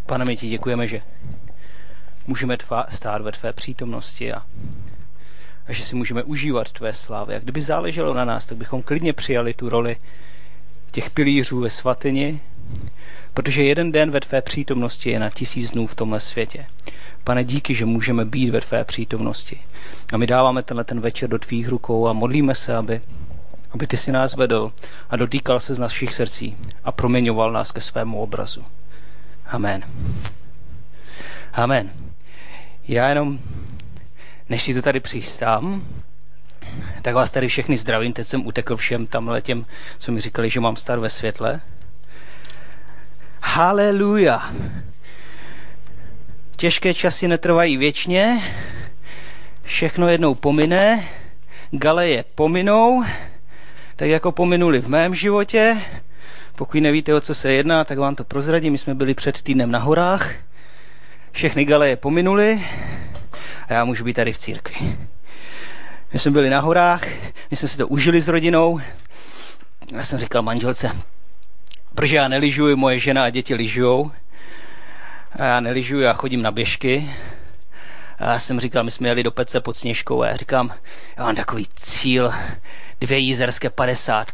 Pane, my ti děkujeme, že můžeme stát ve tvé přítomnosti a že si můžeme užívat tvé slávy. A kdyby záleželo na nás, tak bychom klidně přijali tu roli těch pilířů ve svatyni, protože jeden den ve tvé přítomnosti je na 1000 dnů v tomhle světě. Pane, díky, že můžeme být ve tvé přítomnosti. A my dáváme ten večer do tvých rukou a modlíme se, aby ty si nás vedl a dotýkal se z našich srdcí a proměňoval nás ke svému obrazu. Amen. Amen. Já jenom, než si to tady přistám, tak vás tady všechny zdravím. Teď jsem utekl všem tamhle těm, co mi říkali, že mám stát ve světle. Haleluja. Těžké časy netrvají věčně, všechno jednou pomine, galeje pominou, tak jako pominuli v mém životě. Pokud nevíte, o co se jedná, tak vám to prozradím. My jsme byli před týdnem na horách, všechny galeje pominuly a já můžu být tady v církvi. My jsme byli na horách, my jsme si to užili s rodinou. Já jsem říkal manželce, protože já nelyžuji, moje žena a děti lyžujou. A já nelyžuji, já chodím na běžky. A já jsem říkal, my jsme jeli do Pece pod Sněžkou a já říkám, já mám takový cíl, 2 jízerské 50.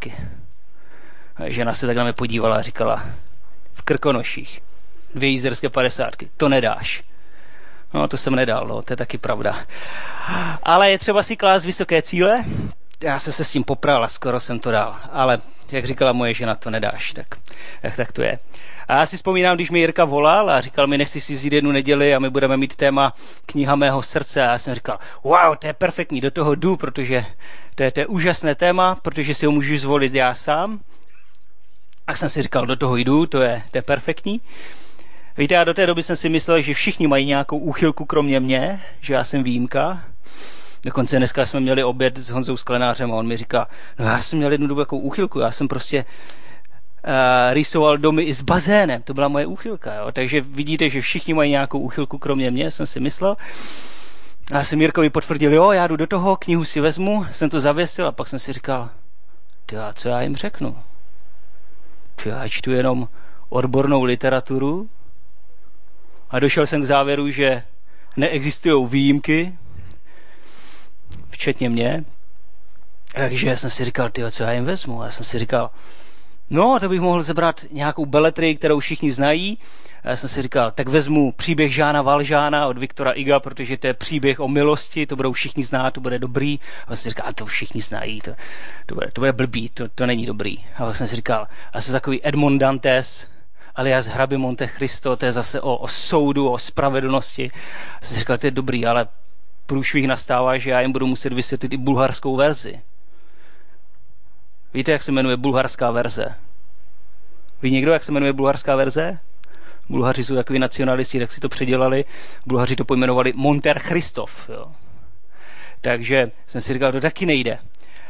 A žena se tak na mě podívala a říkala, v Krkonoších 2 jízerské 50, to nedáš. No, to jsem nedal, no, to je taky pravda. Ale je třeba si klást vysoké cíle. Já jsem se s tím popral a skoro jsem to dal. Ale, jak říkala moje žena, to nedáš, tak to je. A já si vzpomínám, když mi Jirka volal a říkal mi, nechci si vzít 1 neděli a my budeme mít téma kniha mého srdce. A já jsem říkal, wow, to je perfektní, do toho jdu, protože to je úžasné téma, protože si ho můžu zvolit já sám. A jsem si říkal, do toho jdu, to je perfektní. Víte, já do té doby jsem si myslel, že všichni mají nějakou úchylku kromě mě, že já jsem výjimka. Dokonce dneska jsme měli oběd s Honzou Sklenářem a on mi říká, no já jsem měl 1 dobu jakou úchylku, já jsem prostě rýsoval domy i s bazénem, to byla moje úchylka, jo? Takže vidíte, že všichni mají nějakou úchylku kromě mě, jsem si myslel. A já jsem Jirkovi potvrdil, jo, já jdu do toho, knihu si vezmu, jsem to zavěsil a pak jsem si říkal, tyjo, co já jim řeknu? Já čtu jenom odbornou literaturu a došel jsem k závěru, že neexistují výjimky, včetně mě. Takže jsem si říkal, tyjo, co já jim vezmu? A já jsem si říkal, no, to bych mohl zebrat nějakou beletrii, kterou všichni znají. A já jsem si říkal, tak vezmu příběh Žána Valžána od Viktora Iga, protože to je příběh o milosti, to budou všichni znát, to bude dobrý. A já jsem si říkal, a to všichni znají, to bude blbý, to není dobrý. A já jsem si říkal, a jsem takový Edmond Dantes, alias Hrabě Monte Cristo, to je zase o soudu, o spravedlnosti. Já jsem si říkal, to je dobrý, ale průšvih nastává, že já jim budu muset vysvětlit i bulharskou verzi. Víte, jak se jmenuje bulharská verze? Ví někdo, jak se jmenuje bulharská verze? Bulhaři jsou takový nacionalisti, tak si to předělali. Bulhaři to pojmenovali Monter Christov. Jo. Takže jsem si říkal, to taky nejde.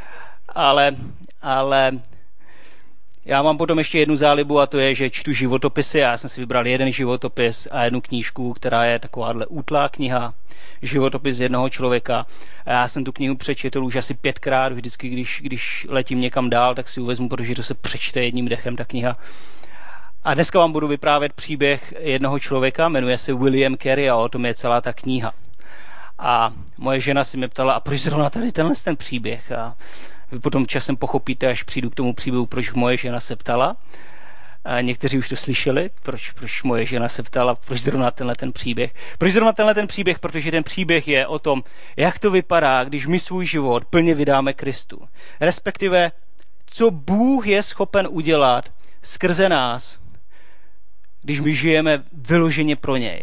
Ale já mám potom ještě 1 zálibu a to je, že čtu životopisy. Já jsem si vybral 1 životopis a 1 knížku, která je takováhle útlá kniha, životopis jednoho člověka. A já jsem tu knihu přečetl už asi 5krát, vždycky, když letím někam dál, tak si ji vezmu, protože to se přečte jedním dechem, ta kniha. A dneska vám budu vyprávět příběh jednoho člověka, jmenuje se William Carey a o tom je celá ta kniha. A moje žena si mě ptala, a proč zrovna tady ten příběh? A vy potom časem pochopíte, až přijdu k tomu příběhu, proč moje žena se ptala. A někteří už to slyšeli, proč moje žena se ptala, proč zrovna ten příběh. Proč zrovna ten příběh? Protože ten příběh je o tom, jak to vypadá, když my svůj život plně vydáme Kristu. Respektive, co Bůh je schopen udělat skrze nás, když my žijeme vyloženě pro něj.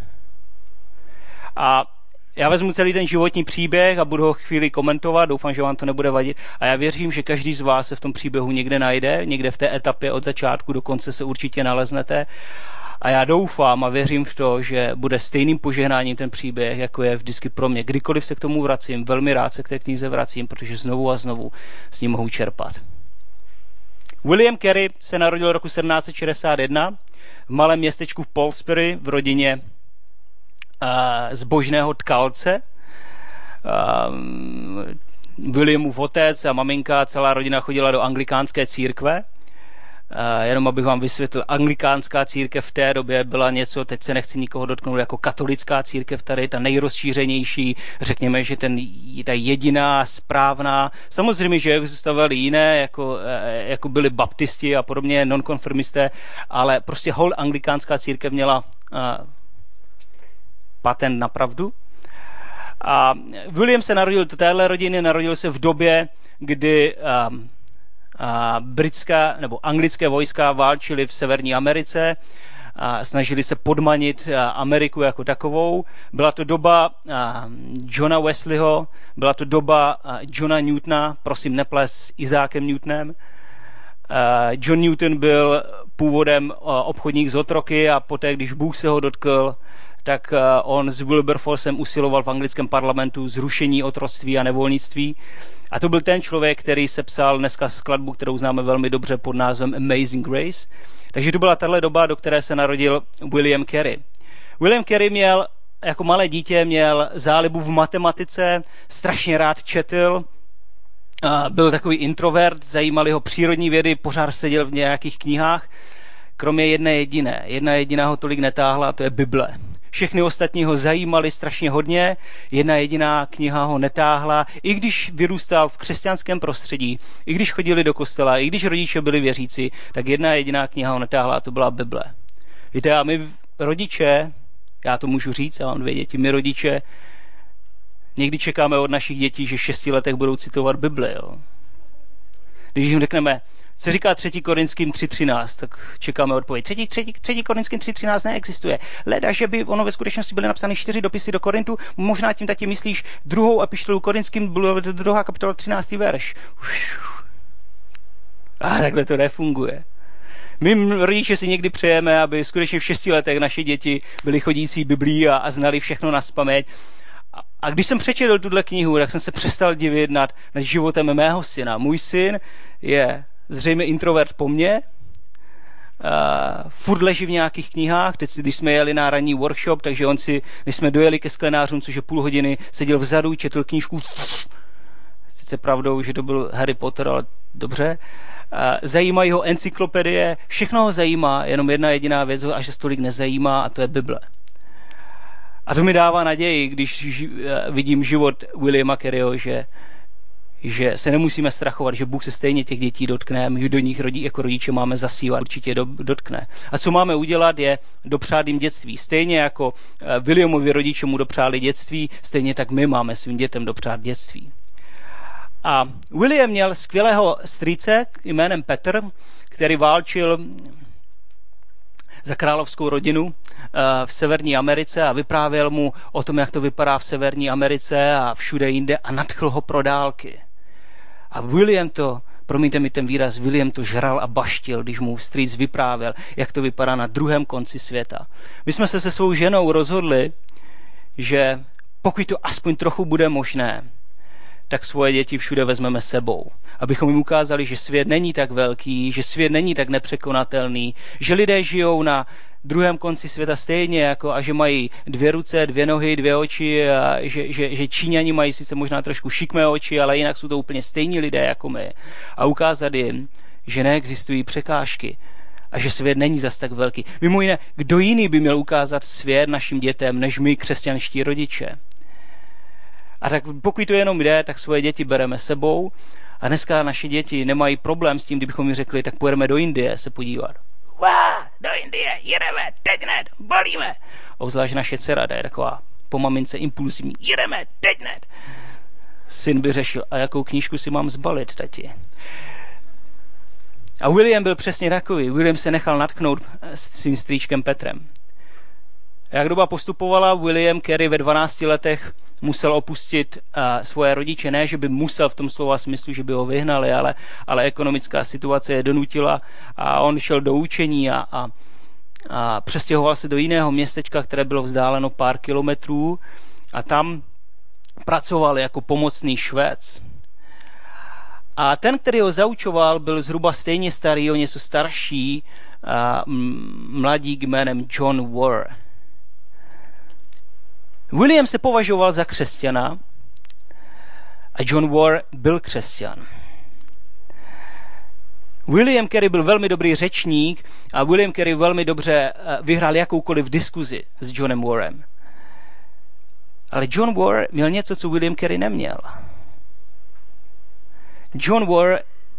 A já vezmu celý ten životní příběh a budu ho chvíli komentovat, doufám, že vám to nebude vadit. A já věřím, že každý z vás se v tom příběhu někde najde, někde v té etapě od začátku do konce se určitě naleznete. A já doufám a věřím v to, že bude stejným požehnáním ten příběh, jako je vždycky pro mě. Kdykoliv se k tomu vracím, velmi rád se k té knize vracím, protože znovu a znovu s ním mohu čerpat. William Carey se narodil roku 1761 v malém městečku v Pawlsbury v rodině zbožného tkalce. Williamův otec a maminka, celá rodina chodila do anglikánské církve Jenom abych vám vysvětlil, anglikánská církev v té době byla něco, teď se nechci nikoho dotknout, jako katolická církev tady, ta nejrozšířenější, řekněme, že ta jediná správná, samozřejmě, že existovaly jiné, jako byli baptisti a podobně, nonkonformisté, ale prostě whole anglikánská církev měla patent na pravdu. A William se narodil do téhle rodiny, narodil se v době, kdy britská nebo anglické vojska válčily v Severní Americe a snažili se podmanit Ameriku jako takovou. Byla to doba Johna Wesleyho, byla to doba Johna Newtona, prosím neples s Izákem Newtonem. John Newton byl původem obchodník z otroky a poté, když Bůh se ho dotkl, tak on s Wilberforcem usiloval v anglickém parlamentu zrušení otroctví a nevolnictví. A to byl ten člověk, který sepsal dneska skladbu, kterou známe velmi dobře pod názvem Amazing Grace. Takže to byla tahle doba, do které se narodil William Carey. William Carey měl, jako malé dítě, měl zálibu v matematice, strašně rád četl, byl takový introvert, zajímaly ho přírodní vědy, pořád seděl v nějakých knihách, kromě jedna jediná ho tolik netáhla, a to je Bible. Všechny ostatní ho zajímaly strašně hodně, jedna jediná kniha ho netáhla, i když vyrůstal v křesťanském prostředí, i když chodili do kostela, i když rodiče byli věřící, tak jedna jediná kniha ho netáhla a to byla Bible. Víte, a my rodiče, já to můžu říct, já mám 2 děti, my rodiče někdy čekáme od našich dětí, že v 6 letech budou citovat Bibli. Jo. Když jim řekneme, co říká 3. Korinským 3.13, tak čekáme odpověď. 3. Korinským 3.13 neexistuje. Leda, že by ono ve skutečnosti byly napsány 4 dopisy do Korintu, možná tím taky myslíš 2. epištolu Korinským, byla 2. kapitola 13. verš. A takhle to nefunguje. My rodiče si někdy přejeme, aby skutečně v 6 letech naše děti byly chodící Biblí a znali všechno nazpaměť. A když jsem přečetl tuhle knihu, tak jsem se přestal divit nad životem mého syna. Můj syn je zřejmě introvert po mně, furt leží v nějakých knihách, teď když jsme jeli na ranní workshop, takže on si, když jsme dojeli ke sklenářům, což je půl hodiny, seděl vzadu, četl knížku, sice pravdou, že to byl Harry Potter, ale dobře, zajímají ho encyklopedie, všechno ho zajímá, jenom jedna jediná věc ho až se tolik nezajímá a to je Bible. A to mi dává naději, když vidím život Williama Careyho, že se nemusíme strachovat, že Bůh se stejně těch dětí dotkne, my do nich jako rodiče máme zasívat, určitě je dotkne. A co máme udělat, je dopřát jim dětství. Stejně jako Williamovi rodiče mu dopřáli dětství, stejně tak my máme svým dětem dopřát dětství. A William měl skvělého strýce jménem Petr, který válčil za královskou rodinu v Severní Americe a vyprávěl mu o tom, jak to vypadá v Severní Americe a všude jinde a nadchl ho pro dálky. A William to, promiňte mi ten výraz, William to žral a baštil, když mu strýc vyprávěl, jak to vypadá na druhém konci světa. My jsme se svou ženou rozhodli, že pokud to aspoň trochu bude možné, tak svoje děti všude vezmeme sebou. Abychom jim ukázali, že svět není tak velký, že svět není tak nepřekonatelný, že lidé žijou na druhém konci světa stejně jako a že mají 2 ruce, 2 nohy, 2 oči a že Číňani mají sice možná trošku šikmé oči, ale jinak jsou to úplně stejní lidé jako my. A ukázat jim, že neexistují překážky a že svět není zas tak velký. Mimo jiné, kdo jiný by měl ukázat svět našim dětem, než my křesťanští rodiče? A tak pokud to jenom jde, tak svoje děti bereme sebou a dneska naše děti nemají problém s tím, kdybychom jim řekli, tak pojedeme do Indie se podívat. Do Indie, jedeme, teď hned, balíme. Obzvlášť naše dcera, je taková po mamince impulsivní, jedeme, teď hned. Syn by řešil, a jakou knížku si mám zbalit, tati? A William byl přesně takový. William se nechal natknout s svým strýčkem Petrem. Jak doba postupovala, William Carey ve 12 letech musel opustit svoje rodiče. Ne, že by musel v tom slova smyslu, že by ho vyhnali, ale ekonomická situace je donutila a on šel do učení a přestěhoval se do jiného městečka, které bylo vzdáleno pár kilometrů a tam pracoval jako pomocný švec. A ten, který ho zaučoval, byl zhruba stejně starý, o něco starší, mladík jménem John Warr. William se považoval za křesťana a John Warr byl křesťan. William Carey byl velmi dobrý řečník a William Carey velmi dobře vyhrál jakoukoliv diskuzi s Johnem Warrem. Ale John Warr měl něco, co William Carey neměl. John Warr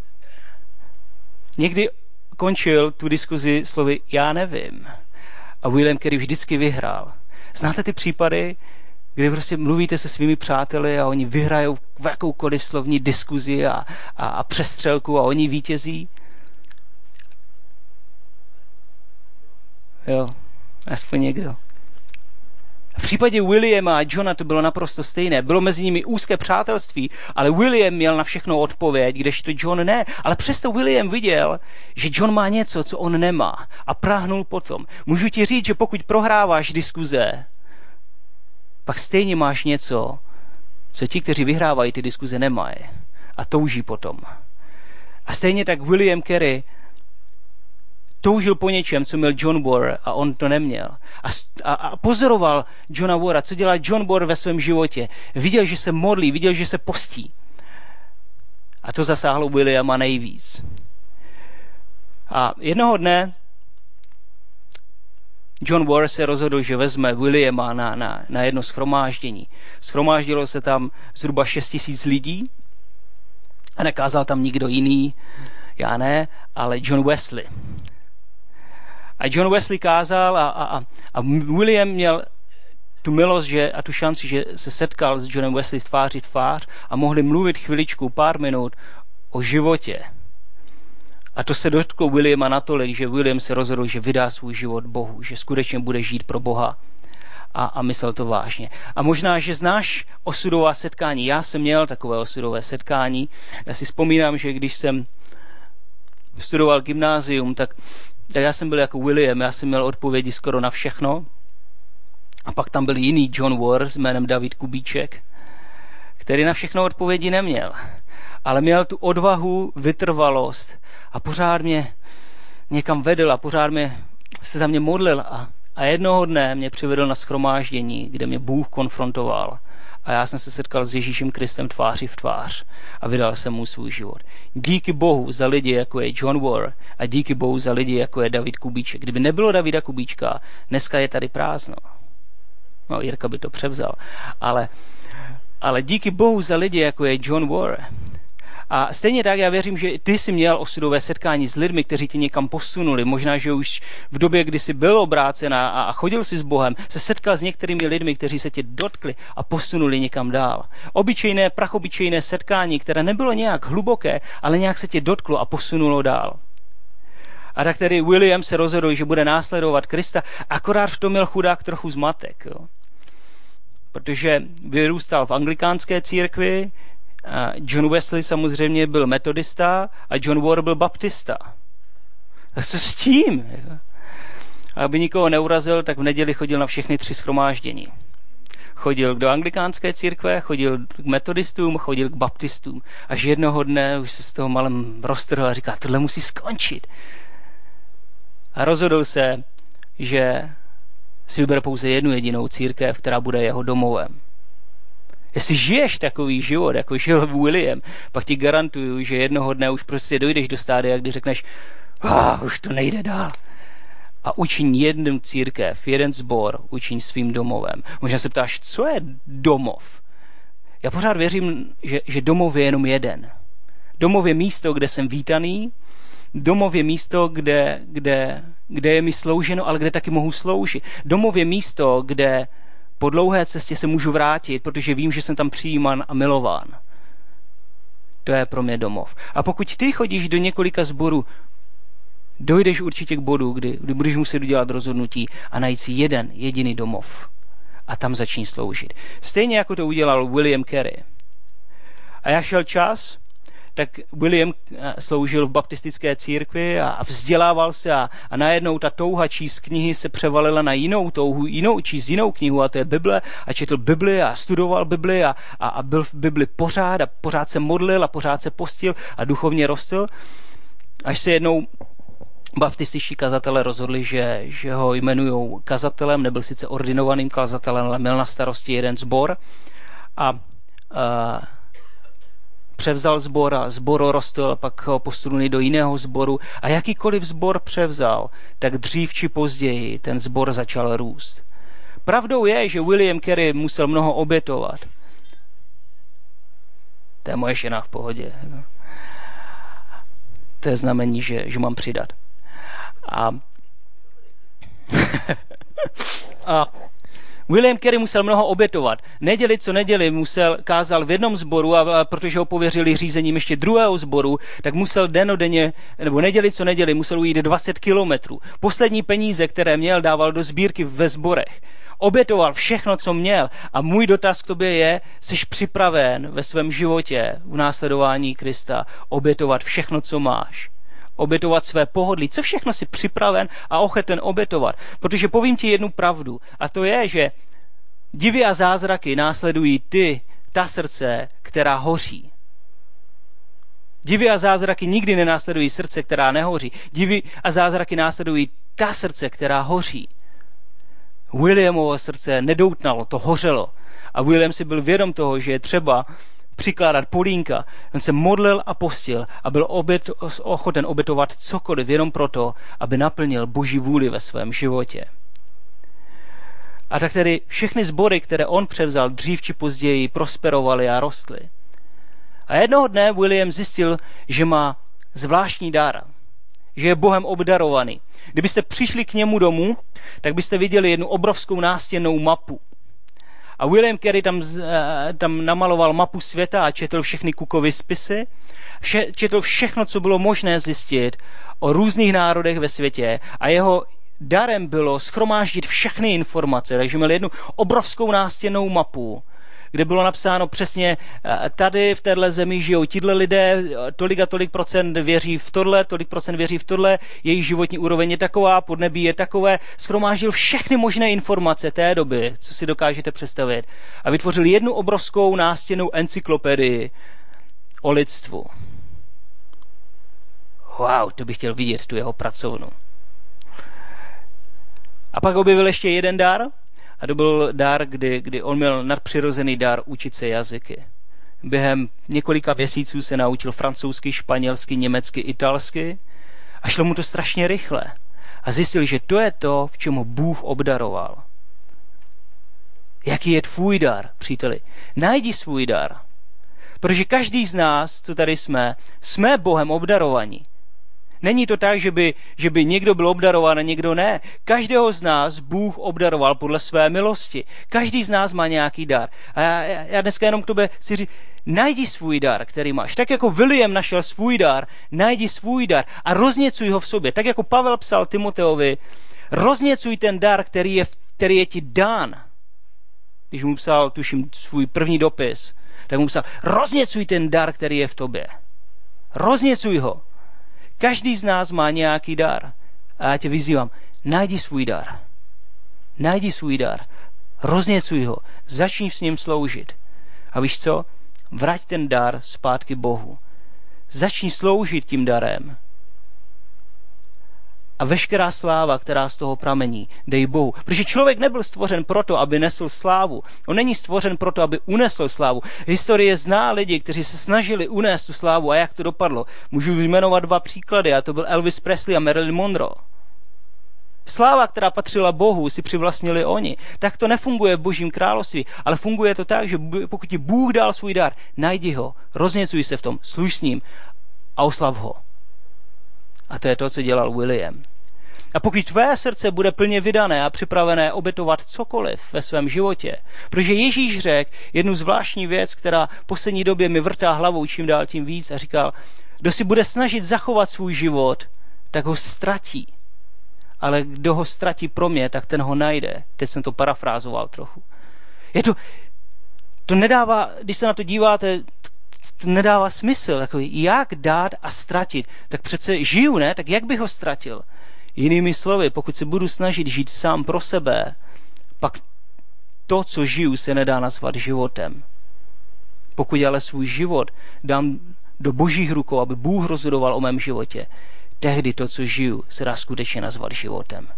někdy končil tu diskuzi slovy já nevím. A William Carey vždycky vyhrál. Znáte ty případy, kdy prostě mluvíte se svými přáteli a oni vyhrajou v jakoukoliv slovní diskuzi a přestřelku a oni vítězí? Jo, aspoň někdo. V případě Williama a Johna to bylo naprosto stejné. Bylo mezi nimi úzké přátelství, ale William měl na všechno odpověď, kdežto John ne. Ale přesto William viděl, že John má něco, co on nemá a prahnul potom. Můžu ti říct, že pokud prohráváš diskuze, pak stejně máš něco, co ti, kteří vyhrávají ty diskuze, nemají a touží potom. A stejně tak William Carey toužil po něčem, co měl John Warr a on to neměl. A pozoroval Johna Warra, co dělá John Warr ve svém životě. Viděl, že se modlí, viděl, že se postí. A to zasáhlo Williama nejvíc. A jednoho dne John Warr se rozhodl, že vezme Williama na jedno shromáždění. Shromáždilo se tam zhruba 6 000 lidí a nekázal tam nikdo jiný, já ne, ale John Wesley. A John Wesley kázal a William měl tu milost a tu šanci, že se setkal s Johnem Wesley tváří tvář a mohli mluvit chviličku, pár minut o životě. A to se dotklo Williama natolik, že William se rozhodl, že vydá svůj život Bohu, že skutečně bude žít pro Boha. A myslel to vážně. A možná, že znáš osudová setkání. Já jsem měl takové osudové setkání. Já si vzpomínám, že když jsem studoval gymnázium, tak já jsem byl jako William, já jsem měl odpovědi skoro na všechno. A pak tam byl jiný John Warr s jménem David Kubíček, který na všechno odpovědi neměl. Ale měl tu odvahu, vytrvalost a pořád mě někam vedl a pořád se za mě modlil. A jednoho dne mě přivedl na shromáždění, kde mě Bůh konfrontoval. A já jsem se setkal s Ježíšem Kristem tváří v tvář a vydal jsem mu svůj život. Díky Bohu za lidi, jako je John Warr a díky Bohu za lidi, jako je David Kubíček. Kdyby nebylo Davida Kubíčka, dneska je tady prázdno. No, Jirka by to převzal. Ale díky Bohu za lidi, jako je John Warr. A stejně tak já věřím, že ty jsi měl osudové setkání s lidmi, kteří tě někam posunuli. Možná, že už v době, kdy jsi byl obrácen a chodil jsi s Bohem, se setkal s některými lidmi, kteří se tě dotkli a posunuli někam dál. Obyčejné, prachobyčejné setkání, které nebylo nějak hluboké, ale nějak se tě dotklo a posunulo dál. A tak tedy William se rozhodl, že bude následovat Krista, akorát v tom měl chudák trochu zmatek. Jo? Protože vyrůstal v anglikánské církvi, John Wesley samozřejmě byl metodista a John Warr byl baptista. Tak co s tím? A aby nikoho neurazil, tak v neděli chodil na všechny 3 shromáždění. Chodil do anglikánské církve, chodil k metodistům, chodil k baptistům. Až jednoho dne už se z toho malem roztrhl a říká, tohle musí skončit. A rozhodl se, že si vybere pouze jednu jedinou církev, která bude jeho domovem. Jestli žiješ takový život, jako žil William, pak ti garantuju, že jednoho dne už prostě dojdeš do stádia, kdy řekneš, už to nejde dál. A učiň jednu církev, jeden sbor, učiň svým domovem. Možná se ptáš, co je domov? Já pořád věřím, že domov je jenom jeden. Domov je místo, kde jsem vítaný, domov je místo, kde je mi slouženo, ale kde taky mohu sloužit. Domov je místo, kde po dlouhé cestě se můžu vrátit, protože vím, že jsem tam přijímán a milován. To je pro mě domov. A pokud ty chodíš do několika sborů, dojdeš určitě k bodu, kdy budeš muset udělat rozhodnutí a najít si jeden jediný domov. A tam začni sloužit. Stejně jako to udělal William Carey. A jak šel čas, tak William sloužil v baptistické církvi a vzdělával se a najednou ta touha číst knihy se převalila na jinou touhu, číst jinou knihu, a to je Bible, a četl Bibli a studoval Bibli a byl v Bibli pořád a pořád se modlil a pořád se postil a duchovně rostl, až se jednou baptističtí kazatelé rozhodli, že ho jmenujou kazatelem, nebyl sice ordinovaným kazatelem, ale měl na starosti jeden sbor a převzal sbor a sbor rostl, pak ho posunuli do jiného sboru a jakýkoliv sbor převzal, tak dřív či později ten sbor začal růst. Pravdou je, že William Carey musel mnoho obětovat. To je moje žena v pohodě. To je znamení, že mám přidat. A William Carey musel mnoho obětovat. Neděli co neděli kázal v jednom sboru a protože ho pověřili řízením ještě druhého sboru, tak musel dennodenně, nebo neděli co neděli, musel ujít 20 kilometrů. Poslední peníze, které měl, dával do sbírky ve sborech. Obětoval všechno, co měl. A můj dotaz k tobě je, jsi připraven ve svém životě v následování Krista obětovat všechno, co máš. Obětovat své pohodlí. Co všechno jsi připraven a ochoten obětovat. Protože povím ti jednu pravdu. A to je, že divy a zázraky následují ta srdce, která hoří. Divy a zázraky nikdy nenásledují srdce, která nehoří. Divy a zázraky následují ta srdce, která hoří. Williamovo srdce nedoutnalo, to hořelo. A William si byl vědom toho, že je třeba přikládat polínka. On se modlil a postil a byl ochoten obětovat cokoliv jenom proto, aby naplnil Boží vůli ve svém životě. A tak tedy všechny sbory, které on převzal, dřív či později prosperovaly a rostly. A jednoho dne William zjistil, že má zvláštní dar, že je Bohem obdarovaný. Kdybyste přišli k němu domů, tak byste viděli jednu obrovskou nástěnnou mapu. A William Carey tam namaloval mapu světa a četl všechny Cookovy spisy, četl všechno, co bylo možné zjistit o různých národech ve světě a jeho darem bylo shromáždit všechny informace, takže měl jednu obrovskou nástěnnou mapu, kde bylo napsáno přesně, tady v téhle zemi žijou tihle lidé, tolik a tolik procent věří v tohle, tolik procent věří v tohle, jejich životní úroveň je taková, podnebí je takové, shromáždil všechny možné informace té doby, co si dokážete představit, a vytvořil jednu obrovskou nástěnnou encyklopedii o lidstvu. Wow, to bych chtěl vidět, tu jeho pracovnu. A pak objevil ještě jeden dar, a to byl dar, kdy on měl nadpřirozený dar učit se jazyky. Během několika měsíců se naučil francouzsky, španělsky, německy, italsky a šlo mu to strašně rychle. A zjistil, že to je to, v čem ho Bůh obdaroval. Jaký je tvůj dar, příteli? Najdi svůj dar. Protože každý z nás, co tady jsme Bohem obdarovaní. Není to tak, že by někdo byl obdarován a někdo ne. Každého z nás Bůh obdaroval podle své milosti. Každý z nás má nějaký dar. A já dneska jenom k tobě si říct, najdi svůj dar, který máš. Tak jako William našel svůj dar, najdi svůj dar a rozněcuj ho v sobě. Tak jako Pavel psal Timoteovi, rozněcuj ten dar, který je ti dán. Když mu psal, tuším, svůj první dopis, tak mu psal, rozněcuj ten dar, který je v tobě. Rozněcuj ho. Každý z nás má nějaký dar. A já tě vyzývám, najdi svůj dar. Najdi svůj dar. Rozněcuj ho. Začni s ním sloužit. A víš co? Vrať ten dar zpátky Bohu. Začni sloužit tím darem. A veškerá sláva, která z toho pramení, dej Bohu. Protože člověk nebyl stvořen proto, aby nesl slávu. On není stvořen proto, aby unesl slávu. Historie zná lidi, kteří se snažili unést tu slávu. A jak to dopadlo? Můžu vyjmenovat 2 příklady. A to byl Elvis Presley a Marilyn Monroe. Sláva, která patřila Bohu, si přivlastnili oni. Tak to nefunguje v Božím království, ale funguje to tak, že pokud ti Bůh dal svůj dar, najdi ho, rozněcuj se v tom, služ s ním a oslav ho. A to je to, co dělal William. A pokud tvé srdce bude plně vydané a připravené obětovat cokoliv ve svém životě, protože Ježíš řekl jednu zvláštní věc, která v poslední době mi vrtá hlavou čím dál tím víc a říkal, kdo si bude snažit zachovat svůj život, tak ho ztratí. Ale kdo ho ztratí pro mě, tak ten ho najde. Teď jsem to parafrázoval trochu. To nedává, když se na to díváte, to nedává smysl. Takový, jak dát a ztratit? Tak přece žiju, ne? Tak jak bych ho ztratil? Jinými slovy, pokud se budu snažit žít sám pro sebe, pak to, co žiju, se nedá nazvat životem. Pokud ale svůj život dám do Božích rukou, aby Bůh rozhodoval o mém životě, tehdy to, co žiju, se dá skutečně nazvat životem.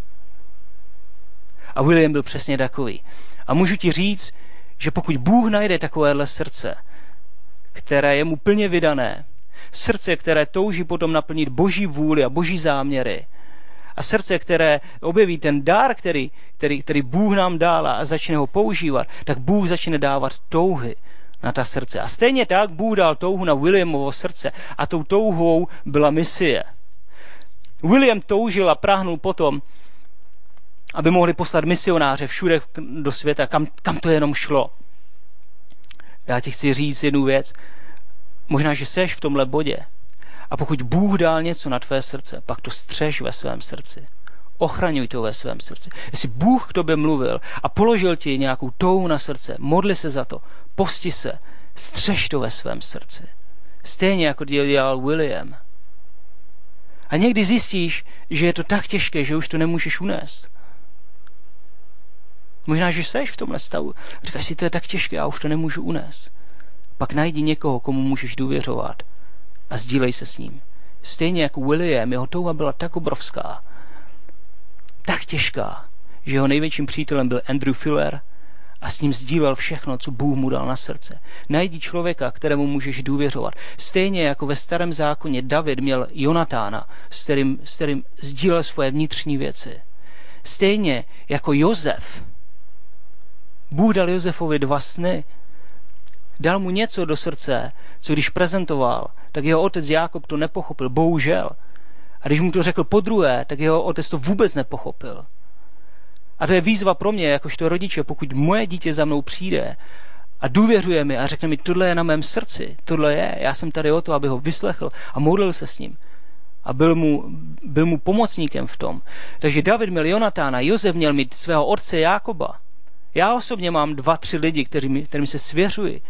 A William byl přesně takový. A můžu ti říct, že pokud Bůh najde takovéhle srdce, které je mu plně vydané. Srdce, které touží potom naplnit Boží vůli a Boží záměry. A srdce, které objeví ten dar, který Bůh nám dal a začne ho používat, tak Bůh začne dávat touhy na ta srdce. A stejně tak Bůh dal touhu na Williamovo srdce a tou touhou byla misie. William toužil a prahnul potom, aby mohli poslat misionáře všude do světa, kam to jenom šlo. Já ti chci říct jednu věc. Možná, že seš v tomhle bodě. A pokud Bůh dal něco na tvé srdce, pak to střež ve svém srdci. Ochraňuj to ve svém srdci. Jestli Bůh k tobě mluvil a položil ti nějakou touhu na srdce, modli se za to, posti se, střež to ve svém srdci. Stejně jako dělal William. A někdy zjistíš, že je to tak těžké, že už to nemůžeš unést. Možná, že seš v tomhle stavu. Říkáš si, to je tak těžké, já už to nemůžu unést. Pak najdi někoho, komu můžeš důvěřovat a sdílej se s ním. Stejně jako William, jeho touha byla tak obrovská, tak těžká, že jeho největším přítelem byl Andrew Fuller a s ním sdílel všechno, co Bůh mu dal na srdce. Najdi člověka, kterému můžeš důvěřovat. Stejně jako ve Starém zákoně David měl Jonatána, s kterým sdílel svoje vnitřní věci. Stejně jako Josef. Bůh dal Josefovi 2 sny. Dal mu něco do srdce, co když prezentoval, tak jeho otec Jákob to nepochopil, bohužel. A když mu to řekl podruhé, tak jeho otec to vůbec nepochopil. A to je výzva pro mě, jakožto rodiče, pokud moje dítě za mnou přijde a důvěřuje mi a řekne mi, tohle je na mém srdci, tohle je, já jsem tady o to, aby ho vyslechl a modlil se s ním. A byl mu pomocníkem v tom. Takže David měl Jonatána, Josef měl mít svého otce Jákoba. Já osobně mám 2-3 lidi, kterými se svěřuji.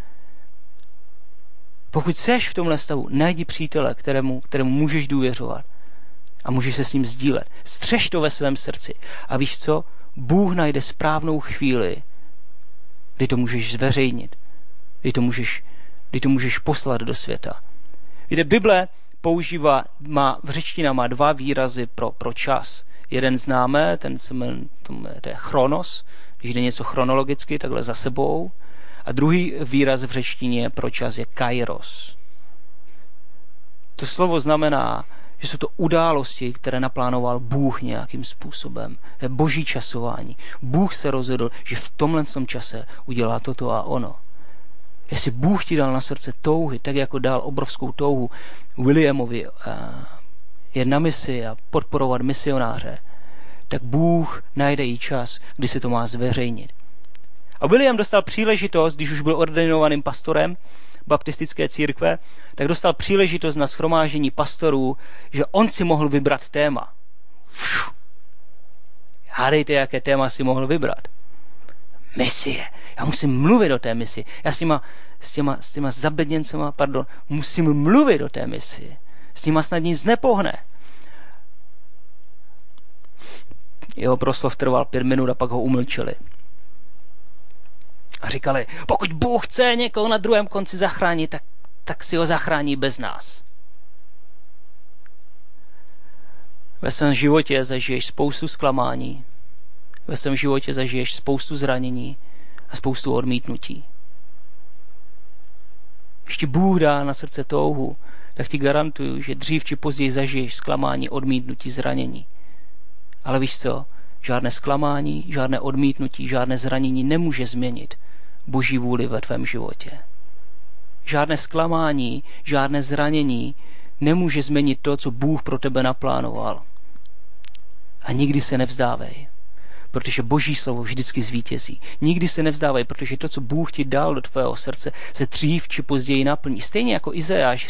Pokud seš v tomhle stavu, najdi přítele, kterému můžeš důvěřovat a můžeš se s ním sdílet. Střež to ve svém srdci. A víš co? Bůh najde správnou chvíli, kdy to můžeš zveřejnit, kdy to můžeš poslat do světa. Víte, Bible řečtina má 2 výrazy pro čas. Jeden známe, to je chronos, když jde něco chronologicky, takhle za sebou. A druhý výraz v řečtině pro čas je kairos. To slovo znamená, že jsou to události, které naplánoval Bůh nějakým způsobem. Je boží časování. Bůh se rozhodl, že v tomhle čase udělá toto a ono. Jestli Bůh ti dal na srdce touhy, tak jako dal obrovskou touhu Williamovi jet na misi a podporovat misionáře, tak Bůh najde i čas, kdy se to má zveřejnit. A William dostal příležitost, když už byl ordinovaným pastorem baptistické církve, tak dostal příležitost na shromáždění pastorů, že on si mohl vybrat téma. Hádejte, jaké téma si mohl vybrat. Misie. Já musím mluvit o té misi. Já s těma zabedněncema, musím mluvit o té misi. S nima snad nic nepohne. Jeho proslov trval 5 minut a pak ho umlčeli. A říkali, pokud Bůh chce někoho na druhém konci zachránit, tak si ho zachrání bez nás. Ve svém životě zažiješ spoustu zklamání, ve svém životě zažiješ spoustu zranění a spoustu odmítnutí. Ještě Bůh dá na srdce touhu, tak ti garantuju, že dřív či později zažiješ zklamání, odmítnutí, zranění. Ale víš co? Žádné zklamání, žádné odmítnutí, žádné zranění nemůže změnit Boží vůli ve tvém životě. Žádné zklamání, žádné zranění nemůže změnit to, co Bůh pro tebe naplánoval. A nikdy se nevzdávej, protože Boží slovo vždycky zvítězí. Nikdy se nevzdávej, protože to, co Bůh ti dal do tvého srdce, se dřív či později naplní. Stejně jako Izajáš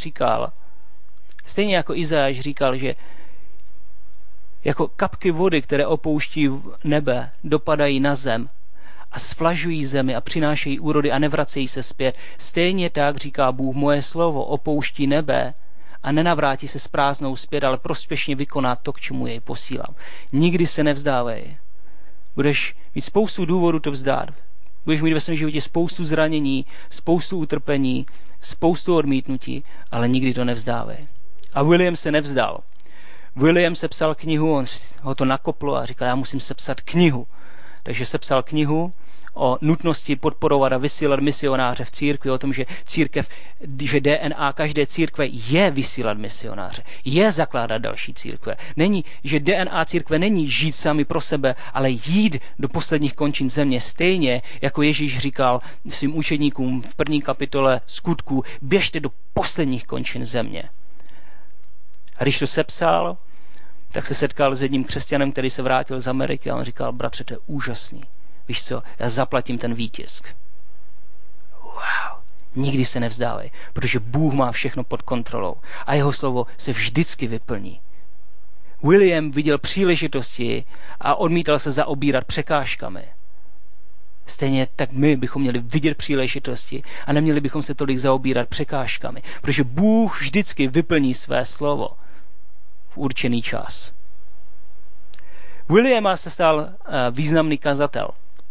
říkal, že jako kapky vody, které opouští nebe, dopadají na zem a svlažují zemi a přinášejí úrody a nevracejí se zpět. Stejně tak, říká Bůh, moje slovo opouští nebe a nenavrátí se s prázdnou zpět, ale prospěšně vykoná to, k čemu jej posílám. Nikdy se nevzdávej. Budeš mít spoustu důvodů to vzdát. Budeš mít ve svém životě spoustu zranění, spoustu utrpení, spoustu odmítnutí, ale nikdy to nevzdávej. A William se nevzdal. William sepsal knihu, on ho to nakoplo a říkal, já musím sepsat knihu. Takže sepsal knihu o nutnosti podporovat a vysílat misionáře v církvi, o tom, že že DNA každé církve je vysílat misionáře, je zakládat další církve. Že DNA církve není žít sami pro sebe, ale jít do posledních končin země, stejně jako Ježíš říkal svým učedníkům v 1. kapitole Skutků, běžte do posledních končin země. A když to sepsal, tak se setkal s jedním křesťanem, který se vrátil z Ameriky a on říkal, bratře, to je úžasný. Víš co, já zaplatím ten výtisk. Wow, nikdy se nevzdávej, protože Bůh má všechno pod kontrolou a jeho slovo se vždycky vyplní. William viděl příležitosti a odmítal se zaobírat překážkami. Stejně tak my bychom měli vidět příležitosti a neměli bychom se tolik zaobírat překážkami, protože Bůh vždycky vyplní své slovo v určený čas. Williama se stal významný kazatel.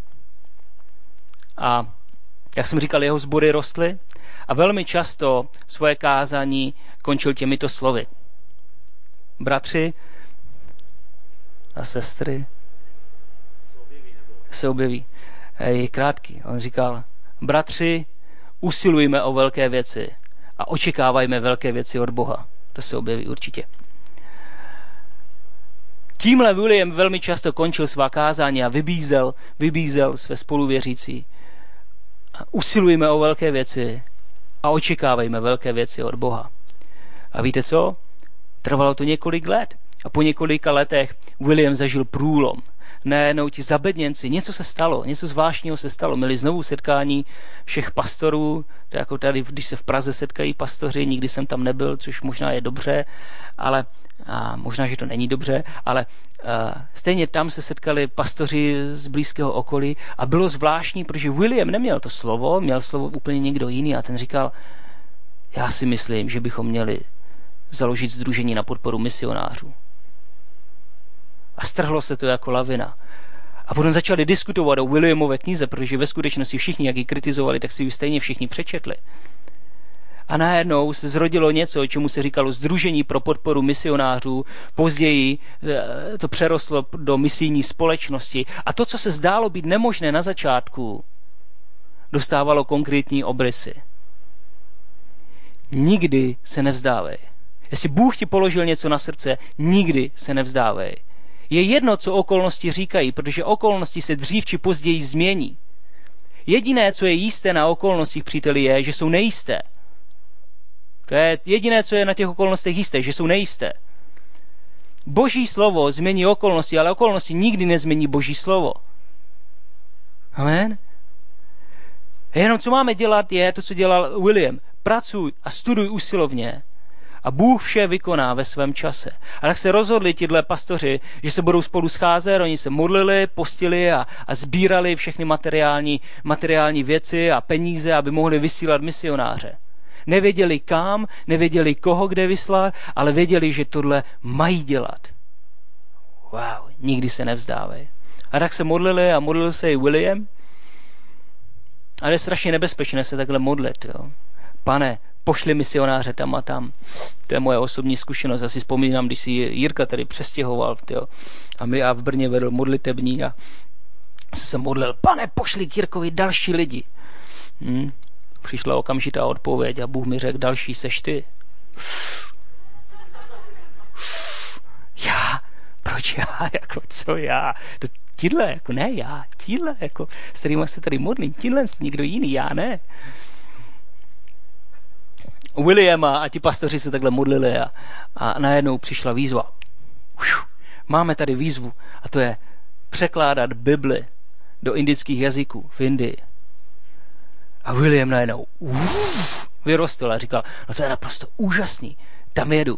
A jak jsem říkal, jeho sbory rostly a velmi často svoje kázání končil těmito slovy. Bratři a sestry se objeví. Je krátký. On říkal, bratři, usilujme o velké věci a očekávajme velké věci od Boha. To se objeví určitě. Tímhle William velmi často končil svá kázání a vybízel své spoluvěřící. Usilujme o velké věci a očekávejme velké věci od Boha. A víte co? Trvalo to několik let. A po několika letech William zažil průlom. Najednou ti zabedněnci, něco se stalo, něco zvláštního se stalo. Měli znovu setkání všech pastorů, to jako tady, když se v Praze setkají pastoři, nikdy jsem tam nebyl, což možná je dobře, ale možná, že to není dobře, ale stejně tam se setkali pastoři z blízkého okolí a bylo zvláštní, protože William neměl to slovo, měl slovo úplně někdo jiný a ten říkal, já si myslím, že bychom měli založit sdružení na podporu misionářů. A strhlo se to jako lavina. A potom začali diskutovat o Williamové knize, protože ve skutečnosti všichni, jak ji kritizovali, tak si ji stejně všichni přečetli. A najednou se zrodilo něco, čemu se říkalo Sdružení pro podporu misionářů. Později to přerostlo do misijní společnosti. A to, co se zdálo být nemožné na začátku, dostávalo konkrétní obrysy. Nikdy se nevzdávej. Jestli Bůh ti položil něco na srdce, nikdy se nevzdávej. Je jedno, co okolnosti říkají, protože okolnosti se dřív či později změní. Jediné, co je jisté na okolnostích, příteli, je, že jsou nejisté. To je jediné, co je na těch okolnostech jisté, že jsou nejisté. Boží slovo změní okolnosti, ale okolnosti nikdy nezmění Boží slovo. Amen? Jenom co máme dělat, je to, co dělal William. Pracuj a studuj usilovně. A Bůh vše vykoná ve svém čase. A tak se rozhodli tihle pastoři, že se budou spolu scházet, oni se modlili, postili a sbírali všechny materiální věci a peníze, aby mohli vysílat misionáře. Nevěděli kam, nevěděli koho kde vyslat, ale věděli, že tohle mají dělat. Wow, nikdy se nevzdávej. A tak se modlili a modlil se i William. A je strašně nebezpečné se takhle modlit. Jo. Pane, pošli misionáře tam a tam. To je moje osobní zkušenost. Já si vzpomínám, když si Jirka tady přestěhoval a v Brně vedl modlitební a se modlil, pane, pošli k Jirkovi další lidi. Přišla okamžitá odpověď a Bůh mi řekl, další seš ty. Já? Proč já? Jako, co já? Tíhle, jako ne já. Tíhle, jako, s kterýma se tady modlím. Tíhle, někdo jiný, já ne. Williama a ti pastoři se takhle modlili a najednou přišla výzva. Máme tady výzvu a to je překládat Bibli do indických jazyků v Indii. A William najednou vyrostl a říkal, no to je naprosto úžasný, tam jedu.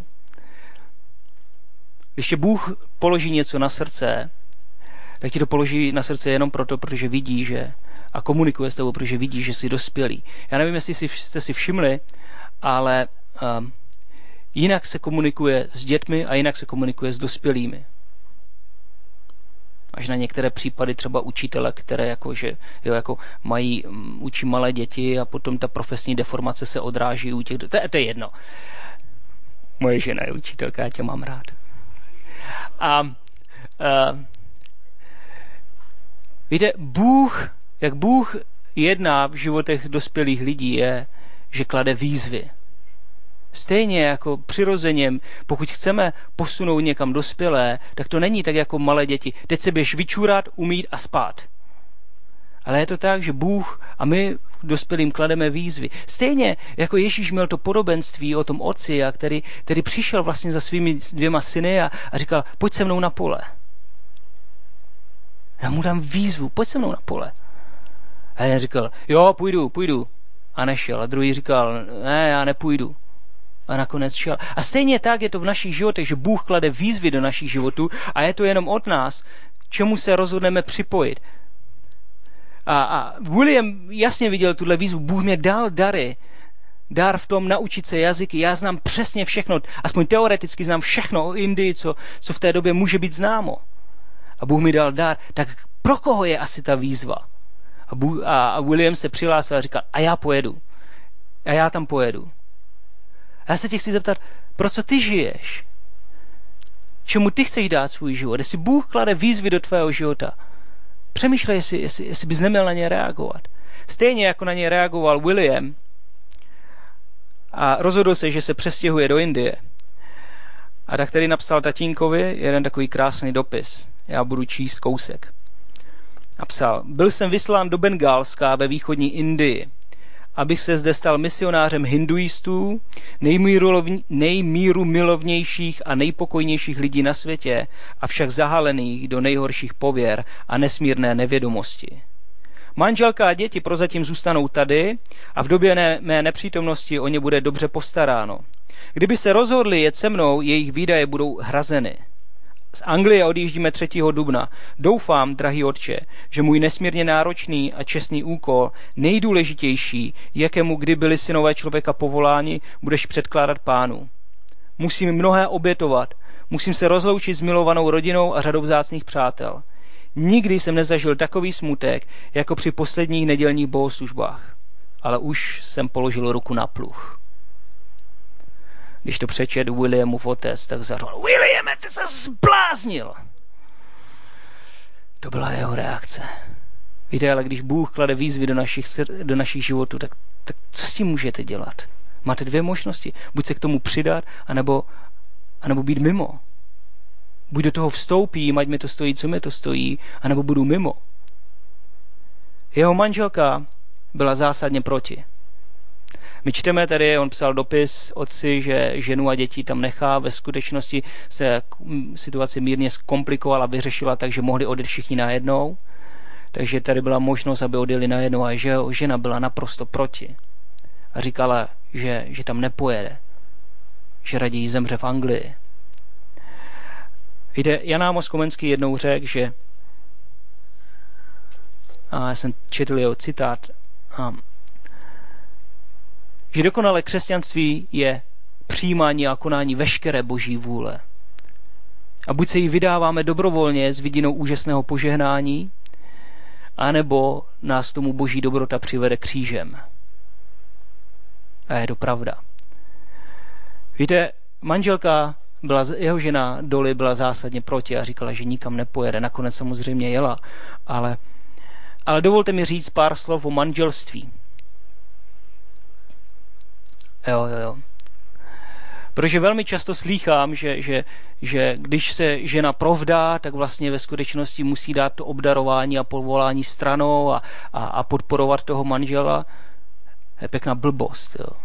Když tě Bůh položí něco na srdce, tak ti to položí na srdce jenom proto, protože vidí, že a komunikuje s tebou, protože vidí, že jsi dospělý. Já nevím, jestli jste si všimli, ale jinak se komunikuje s dětmi a jinak se komunikuje s dospělými. Až na některé případy třeba učitele, které učí malé děti a potom ta profesní deformace se odráží u těch... To je jedno. Moje žena je učitelka, já tě mám rád. Víte, Bůh jak Bůh jedná v životech dospělých lidí, je, že klade výzvy. Stejně jako přirozeně, pokud chceme posunout někam dospělé, tak to není tak jako malé děti. Teď se běž vyčůrat, umýt a spát. Ale je to tak, že Bůh a my dospělým klademe výzvy. Stejně jako Ježíš měl to podobenství o tom otci, který přišel vlastně za svými 2 syny a říkal, pojď se mnou na pole. Já mu dám výzvu, pojď se mnou na pole. A jeden říkal, jo, půjdu. A nešel. A druhý říkal, ne, já nepůjdu. A nakonec šel. A stejně tak je to v našich životech, že Bůh klade výzvy do našich životů a je to jenom od nás, čemu se rozhodneme připojit. A William jasně viděl tuhle výzvu. Bůh mě dal dary. Dar v tom naučit se jazyky. Já znám přesně všechno, aspoň teoreticky znám všechno o Indii, co v té době může být známo. A Bůh mi dal dar. Tak pro koho je asi ta výzva? A William se přihlásil a říkal, a já pojedu. A já tam pojedu. A já se tě chci zeptat, pro co ty žiješ? Čemu ty chceš dát svůj život? Jestli Bůh klade výzvy do tvého života, přemýšlej, jestli bys neměl na ně reagovat. Stejně jako na ně reagoval William a rozhodl se, že se přestěhuje do Indie. A tak tedy napsal tatínkovi jeden takový krásný dopis. Já budu číst kousek. Napsal, byl jsem vyslán do Bengálska ve východní Indii, abych se zde stal misionářem hinduistů, nejmírumilovnějších a nejpokojnějších lidí na světě, avšak zahalených do nejhorších pověr a nesmírné nevědomosti. Manželka a děti prozatím zůstanou tady a v době mé nepřítomnosti o ně bude dobře postaráno. Kdyby se rozhodli jet se mnou, jejich výdaje budou hrazeny. Z Anglie odjíždíme 3. dubna. Doufám, drahý otče, že můj nesmírně náročný a čestný úkol, nejdůležitější, jakému kdy byli synové člověka povoláni, budeš předkládat Pánu. Musím mnohé obětovat, musím se rozloučit s milovanou rodinou a řadou vzácných přátel. Nikdy jsem nezažil takový smutek, jako při posledních nedělních bohoslužbách. Ale už jsem položil ruku na pluh. Když to přečet Williamův otec, tak zařval, Williame, ty se zbláznil. To byla jeho reakce. Víte, ale když Bůh klade výzvy do našich životů, tak co s tím můžete dělat? Máte 2 možnosti. Buď se k tomu přidat, anebo být mimo. Buď do toho vstoupím, ať mi to stojí, co mi to stojí, anebo budu mimo. Jeho manželka byla zásadně proti. My čteme tady, on psal dopis otci, že ženu a děti tam nechá. Ve skutečnosti se situace mírně zkomplikovala, vyřešila tak, že mohli odjet všichni najednou. Takže tady byla možnost, aby odjeli najednou a žena byla naprosto proti. A říkala, že tam nepojede. Že raději zemře v Anglii. Víte, Jan Amos Komenský jednou řekl, že a já jsem četl jeho citát, že dokonalé křesťanství je přijímání a konání veškeré boží vůle. A buď se jí vydáváme dobrovolně s vidinou úžasného požehnání, anebo nás tomu boží dobrota přivede křížem. A je to pravda. Víte, manželka, jeho žena Dolly byla zásadně proti a říkala, že nikam nepojede. Nakonec samozřejmě jela. Ale dovolte mi říct pár slov o manželství. Jo. Protože velmi často slýchám, že když se žena provdá, tak vlastně ve skutečnosti musí dát to obdarování a povolání stranou a podporovat toho manžela. Je pěkná blbost. Jo.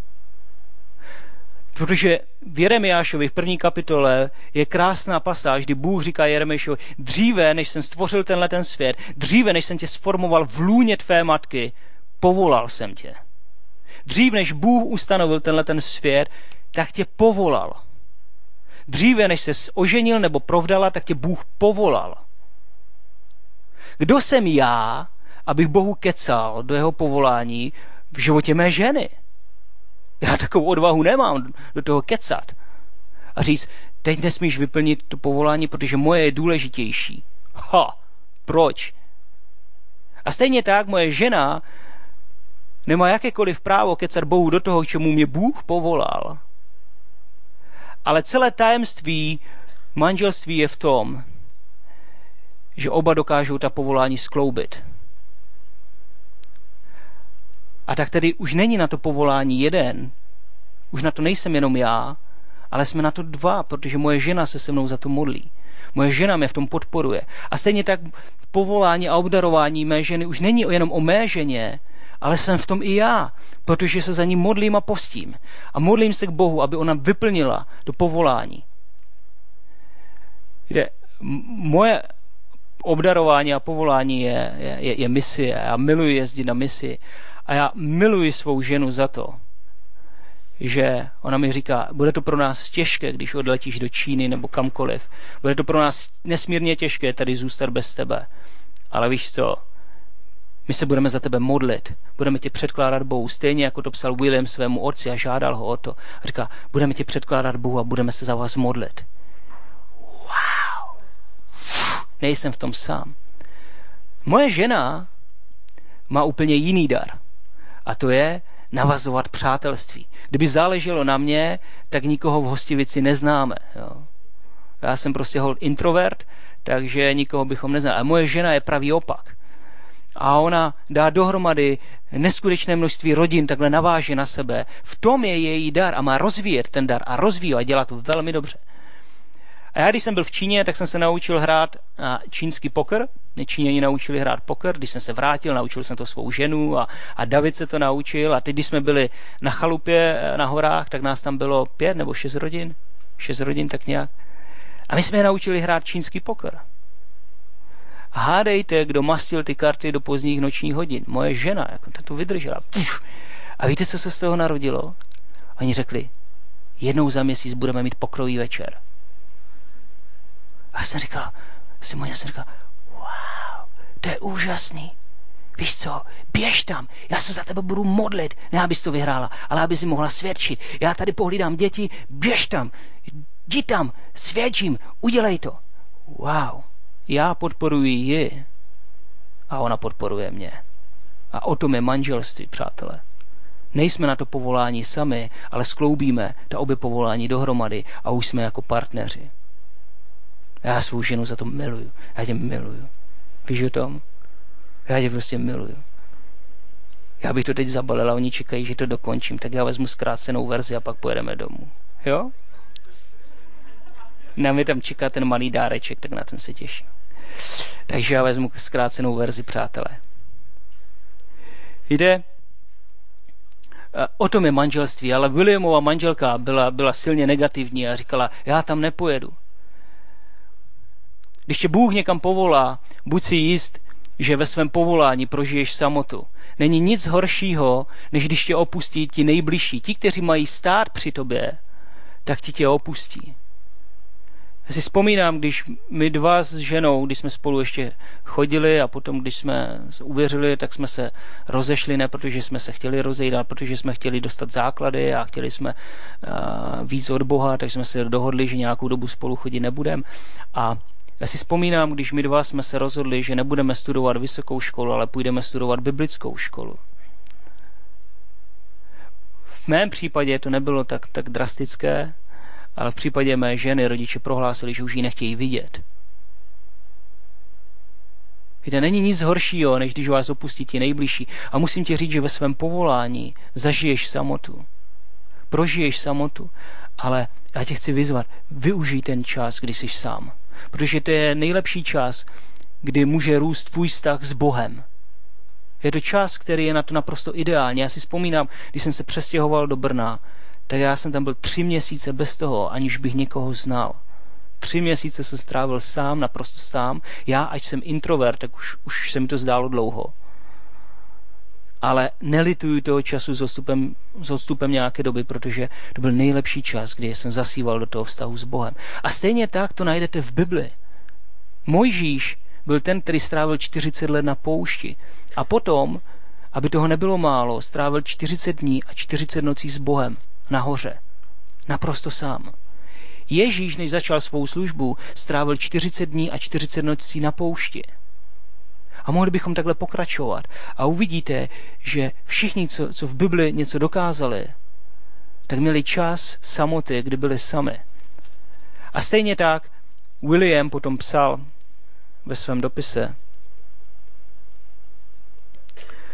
Protože v Jeremiášovi v 1. kapitole je krásná pasáž, kdy Bůh říká Jeremiášovi, dříve, než jsem stvořil ten svět, dříve, než jsem tě sformoval v lůně tvé matky, povolal jsem tě. Dřív, než Bůh ustanovil ten svět, tak tě povolal. Dříve, než se oženil nebo provdala, tak tě Bůh povolal. Kdo jsem já, abych Bohu kecal do jeho povolání v životě mé ženy? Já takovou odvahu nemám do toho kecat. A říct, teď nesmíš vyplnit to povolání, protože moje je důležitější. Proč? A stejně tak moje žena nemá jakékoliv právo kecat Bohu do toho, k čemu mě Bůh povolal. Ale celé tajemství manželství je v tom, že oba dokážou ta povolání skloubit. A tak tedy už není na to povolání jeden, už na to nejsem jenom já, ale jsme na to dva, protože moje žena se mnou za to modlí. Moje žena mě v tom podporuje. A stejně tak povolání a obdarování mé ženy už není jenom o mé ženě, ale jsem v tom i já, protože se za ní modlím a postím. A modlím se k Bohu, aby ona vyplnila to povolání. Kde moje obdarování a povolání je misie. Já miluji jezdit na misi. A já miluji svou ženu za to, že ona mi říká, bude to pro nás těžké, když odletíš do Číny nebo kamkoliv. Bude to pro nás nesmírně těžké tady zůstat bez tebe. Ale víš co? My se budeme za tebe modlit. Budeme tě předkládat Bohu. Stejně jako to psal William svému otci a žádal ho o to. A říká, budeme tě předkládat Bohu a budeme se za vás modlit. Wow. Nejsem v tom sám. Moje žena má úplně jiný dar. A to je navazovat přátelství. Kdyby záleželo na mě, tak nikoho v Hostivici neznáme. Jo. Já jsem prostě hold introvert, takže nikoho bychom neznali. A moje žena je pravý opak. A ona dá dohromady neskutečné množství rodin, takhle naváže na sebe. V tom je její dar a má rozvíjet ten dar a rozvíjet a dělat to velmi dobře. A já, když jsem byl v Číně, tak jsem se naučil hrát čínský poker. Číňani naučili hrát poker, když jsem se vrátil, naučil jsem to svou ženu a David se to naučil. A teď, když jsme byli na chalupě na horách, tak nás tam bylo 5 nebo 6 rodin. 6 rodin tak nějak. A my jsme je naučili hrát čínský poker. A hádejte, kdo mastil ty karty do pozdních nočních hodin. Moje žena, jako to vydržela. A víte, co se z toho narodilo? Oni řekli, jednou za měsíc budeme mít pokrový večer. A já jsem říkal, wow, to je úžasný. Víš co, běž tam, já se za tebe budu modlit, ne abys to vyhrála, ale aby si mohla svědčit. Já tady pohlídám děti, běž tam, jdi tam, svědčím, udělej to. Wow, já podporuji ji a ona podporuje mě. A o tom je manželství, přátelé. Nejsme na to povolání sami, ale skloubíme ta obě povolání dohromady a už jsme jako partneři. Já svou ženu za to miluju. Já tě miluju. Víš o tom? Já tě prostě miluju. Já bych to teď zabalil a oni čekají, že to dokončím, tak já vezmu zkrácenou verzi a pak pojedeme domů. Jo? Nám je tam čeká ten malý dáreček, tak na ten se těším. Takže já vezmu zkrácenou verzi, přátelé. Jde o tom je manželství, ale Williamova manželka byla silně negativní a říkala, já tam nepojedu. Když tě Bůh někam povolá, buď si jist, že ve svém povolání prožiješ samotu. Není nic horšího, než když tě opustí ti nejbližší. Ti, kteří mají stát při tobě, tak ti tě opustí. Já si vzpomínám, když my dva s ženou, když jsme spolu ještě chodili a potom, když jsme uvěřili, tak jsme se rozešli, ne protože jsme se chtěli rozejít, ale protože jsme chtěli dostat základy a chtěli jsme víc od Boha, tak jsme se dohodli, že nějakou dobu spolu chodit nebudeme. A já si vzpomínám, když my dva jsme se rozhodli, že nebudeme studovat vysokou školu, ale půjdeme studovat biblickou školu. V mém případě to nebylo tak drastické, ale v případě mé ženy rodiče prohlásili, že už ji nechtějí vidět. Víte, není nic horšího, než když vás opustí ti nejbližší. A musím ti říct, že ve svém povolání zažiješ samotu. Prožiješ samotu. Ale já tě chci vyzvat, využij ten čas, kdy jsi sám. Protože to je nejlepší čas, kdy může růst tvůj vztah s Bohem. Je to čas, který je na to naprosto ideální. Já si vzpomínám, když jsem se přestěhoval do Brna, tak já jsem tam byl 3 měsíce bez toho, aniž bych někoho znal. 3 měsíce jsem strávil sám, naprosto sám. Já, ať jsem introvert, tak už se mi to zdálo dlouho. Ale nelituju toho času s odstupem nějaké doby, protože to byl nejlepší čas, kdy jsem zasíval do toho vztahu s Bohem. A stejně tak to najdete v Bibli. Mojžíš byl ten, který strávil 40 let na poušti. A potom, aby toho nebylo málo, strávil 40 dní a 40 nocí s Bohem nahoře. Naprosto sám. Ježíš, než začal svou službu, strávil 40 dní a 40 nocí na poušti. A mohli bychom takhle pokračovat. A uvidíte, že všichni, co v Bibli něco dokázali, tak měli čas samoty, kdy byli sami. A stejně tak William potom psal ve svém dopise,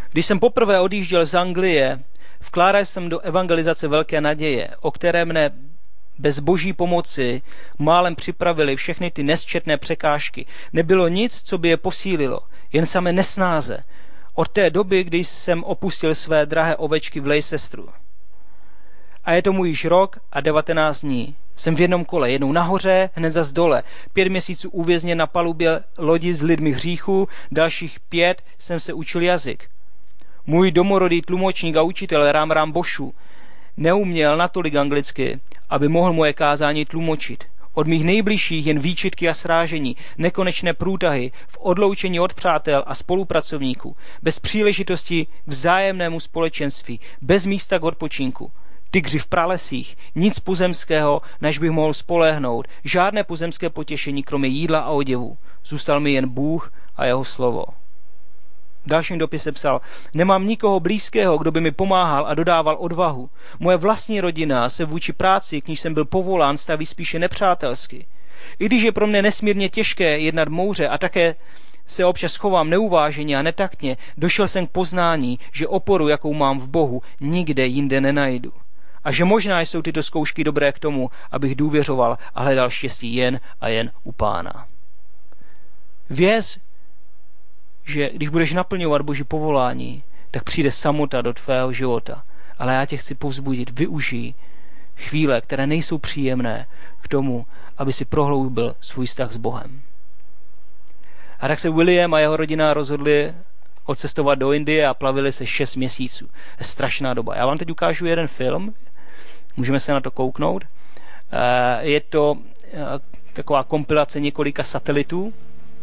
Když jsem poprvé odjížděl z Anglie, vkládal jsem do evangelizace velké naděje, o které mne bez boží pomoci málem připravili všechny ty nesčetné překážky. Nebylo nic, co by je posílilo, jen samé nesnáze. Od té doby, kdy jsem opustil své drahé ovečky v Leicesteru. A je tomu již rok a 19 dní. Jsem v jednom kole, jednou nahoře, hned zas dole. 5 měsíců uvězněn na palubě lodi s lidmi hříchu, dalších 5 jsem se učil jazyk. Můj domorodý tlumočník a učitel Ram Boshu neuměl natolik anglicky, aby mohl moje kázání tlumočit. Od mých nejbližších jen výčitky a srážení, nekonečné průtahy, v odloučení od přátel a spolupracovníků, bez příležitosti k vzájemnému společenství, bez místa k odpočinku. Tygři v pralesích, nic pozemského, než bych mohl spoléhnout, žádné pozemské potěšení, kromě jídla a oděvu. Zůstal mi jen Bůh a jeho slovo. V dalším dopise psal, nemám nikoho blízkého, kdo by mi pomáhal a dodával odvahu. Moje vlastní rodina se vůči práci, k níž jsem byl povolán, staví spíše nepřátelsky. I když je pro mě nesmírně těžké jednat moudře a také se občas chovám neuváženě a netaktně, došel jsem k poznání, že oporu, jakou mám v Bohu, nikde jinde nenajdu. A že možná jsou tyto zkoušky dobré k tomu, abych důvěřoval a hledal štěstí jen a jen u Pána. Věz, že když budeš naplňovat Boží povolání, tak přijde samota do tvého života. Ale já tě chci povzbudit, využij chvíle, které nejsou příjemné k tomu, aby si prohloubil svůj vztah s Bohem. A tak se William a jeho rodina rozhodli odcestovat do Indie a plavili se 6 měsíců. Je strašná doba. Já vám teď ukážu jeden film, můžeme se na to kouknout. Je to taková kompilace několika satelitů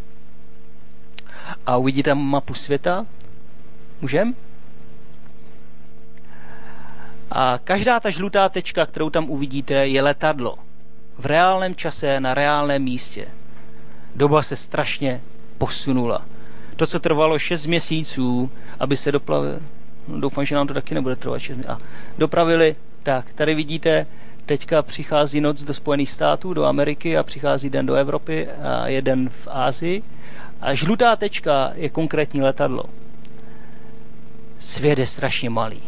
a uvidíte mapu světa. Můžem? A každá ta žlutá tečka, kterou tam uvidíte, je letadlo. V reálném čase, na reálném místě. Doba se strašně posunula. To, co trvalo 6 měsíců, aby se doplavili, doufám, že nám to taky nebude trvat 6 měsíců, dopravili, tak, tady vidíte, teďka přichází noc do Spojených států, do Ameriky a přichází den do Evropy a jeden v Asii. A žlutá tečka je konkrétní letadlo. Svět je strašně malý.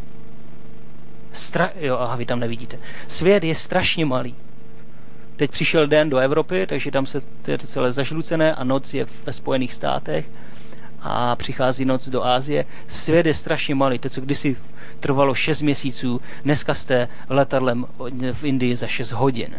Vy tam nevidíte. Svět je strašně malý. Teď přišel den do Evropy, takže tam je to celé zažlucené a noc je ve Spojených státech a přichází noc do Asie. Svět je strašně malý. To, co kdysi trvalo 6 měsíců, dneska jste letadlem v Indii za 6 hodin.